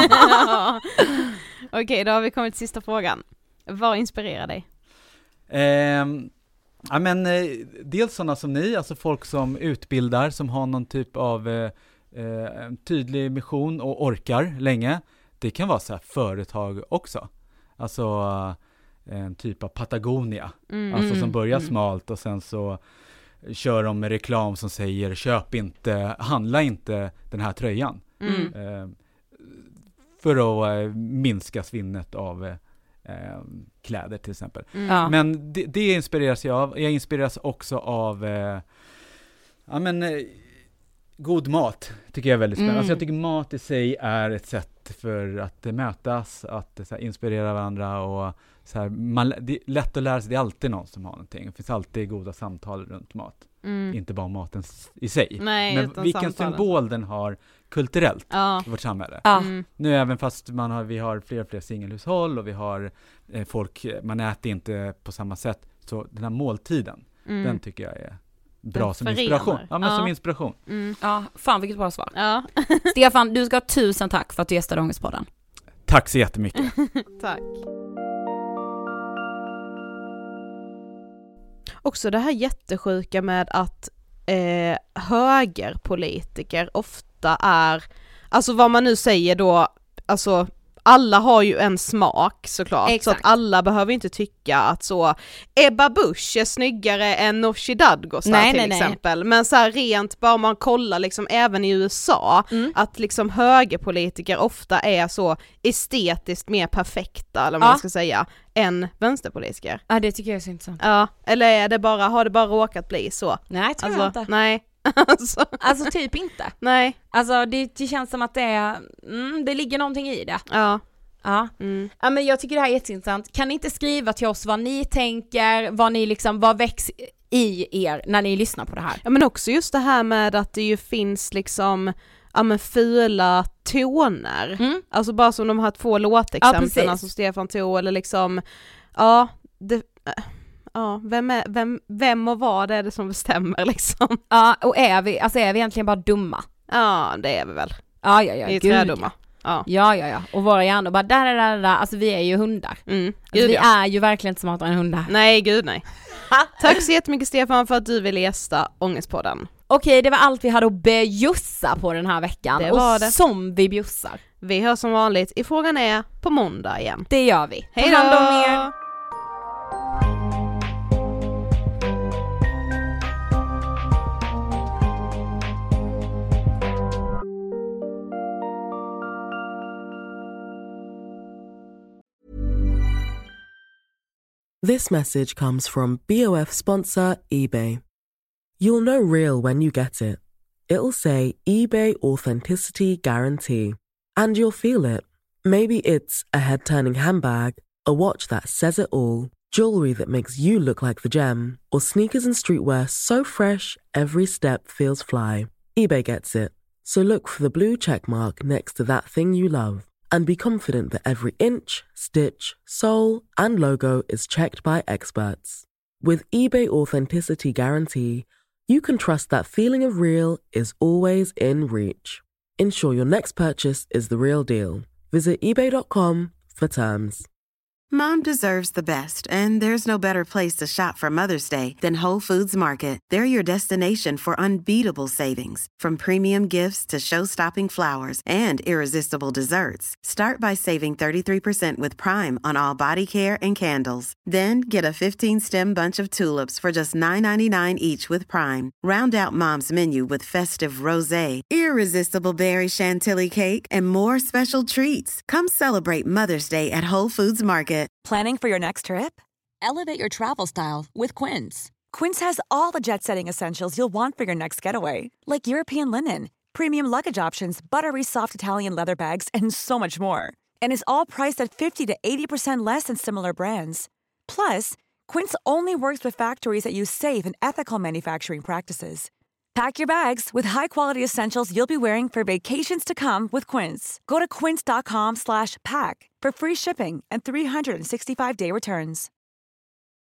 Okej, då har vi kommit till sista frågan. Vad inspirerar dig? Ja, men dels sådana som ni, alltså folk som utbildar, som har någon typ av tydlig mission och orkar länge. Det kan vara så här företag också. Alltså en typ av Patagonia. Alltså som börjar smalt och sen så kör de med reklam som säger köp inte, handla inte den här tröjan. För att minska svinnet av kläder till exempel. Men det inspireras jag av. Jag inspireras också av god mat tycker jag är väldigt spännande. Alltså jag tycker mat i sig är ett sätt för att mötas, att så här, inspirera varandra, och så här, det är lätt att lära sig. Det är alltid någon som har någonting. Det finns alltid goda samtal runt mat. Inte bara maten i sig. Nej, men vilken symbol den har kulturellt i vårt samhälle. Nu även fast vi har fler och fler singelhushåll och vi har folk, man äter inte på samma sätt, så den här måltiden, den tycker jag är bra som inspiration. Som inspiration. Ja, fan vilket bra svar. Stefan, du ska ha 1000 tack för att du gästade Ångestpodden. Tack så jättemycket. Tack. Också det här jättesjuka med att högerpolitiker ofta är, alltså vad man nu säger då, alltså alla har ju en smak såklart. Exakt. Så att alla behöver inte tycka att så Ebba Busch är snyggare än Nooshi Dadgostar till exempel. Men så här rent, bara man kollar liksom även i USA, att liksom högerpolitiker ofta är så estetiskt mer perfekta, eller vad man ska säga, än vänsterpolitiker. Ja, det tycker jag är så intressant. Ja, eller har det bara råkat bli så? Nej, tror jag inte. Nej. Alltså typ inte. Nej. Alltså det känns som att det ligger någonting i det. Ja. Ja. Ja, men jag tycker det här är jätteintressant. Kan ni inte skriva till oss vad ni tänker, vad väcks i er när ni lyssnar på det här? Ja, men också just det här med att det ju finns liksom fula toner. Alltså bara som de här 2 låtexemplen som Stefan tog, eller liksom vem och vad är det som bestämmer liksom? Ja, och är vi egentligen bara dumma? Ja, det är vi väl. Ja. Vi är trädumma. Ja. Och våra hjärnor bara där. Alltså vi är ju hundar. Alltså, vi är ju verkligen inte smartare än hundar. Nej, gud nej. Tack så jättemycket Stefan för att du ville gästa Ångestpodden. Okej, det var allt vi hade att bjussa på den här veckan. Det var och det. Som vi bjussar. Vi hörs som vanligt i Frågan är på måndag igen. Det gör vi. Hej då! Ta hand om er. This message comes from BOF sponsor eBay. You'll know real when you get it. It'll say eBay Authenticity Guarantee. And you'll feel it. Maybe it's a head-turning handbag, a watch that says it all, jewelry that makes you look like the gem, or sneakers and streetwear so fresh every step feels fly. eBay gets it. So look for the blue check mark next to that thing you love. And be confident that every inch, stitch, sole, and logo is checked by experts. With eBay Authenticity Guarantee, you can trust that feeling of real is always in reach. Ensure your next purchase is the real deal. Visit ebay.com for terms. Mom deserves the best, and there's no better place to shop for Mother's Day than Whole Foods Market. They're your destination for unbeatable savings, from premium gifts to show-stopping flowers and irresistible desserts. Start by saving 33% with Prime on all body care and candles. Then get a 15-stem bunch of tulips for just $9.99 each with Prime. Round out Mom's menu with festive rosé, irresistible berry chantilly cake, and more special treats. Come celebrate Mother's Day at Whole Foods Market. Planning for your next trip? Elevate your travel style with Quince. Quince has all the jet-setting essentials you'll want for your next getaway, like European linen, premium luggage options, buttery soft Italian leather bags, and so much more. And is all priced at 50 to 80% less than similar brands. Plus, Quince only works with factories that use safe and ethical manufacturing practices. Pack your bags with high-quality essentials you'll be wearing for vacations to come with Quince. Go to quince.com/pack for free shipping and 365-day returns.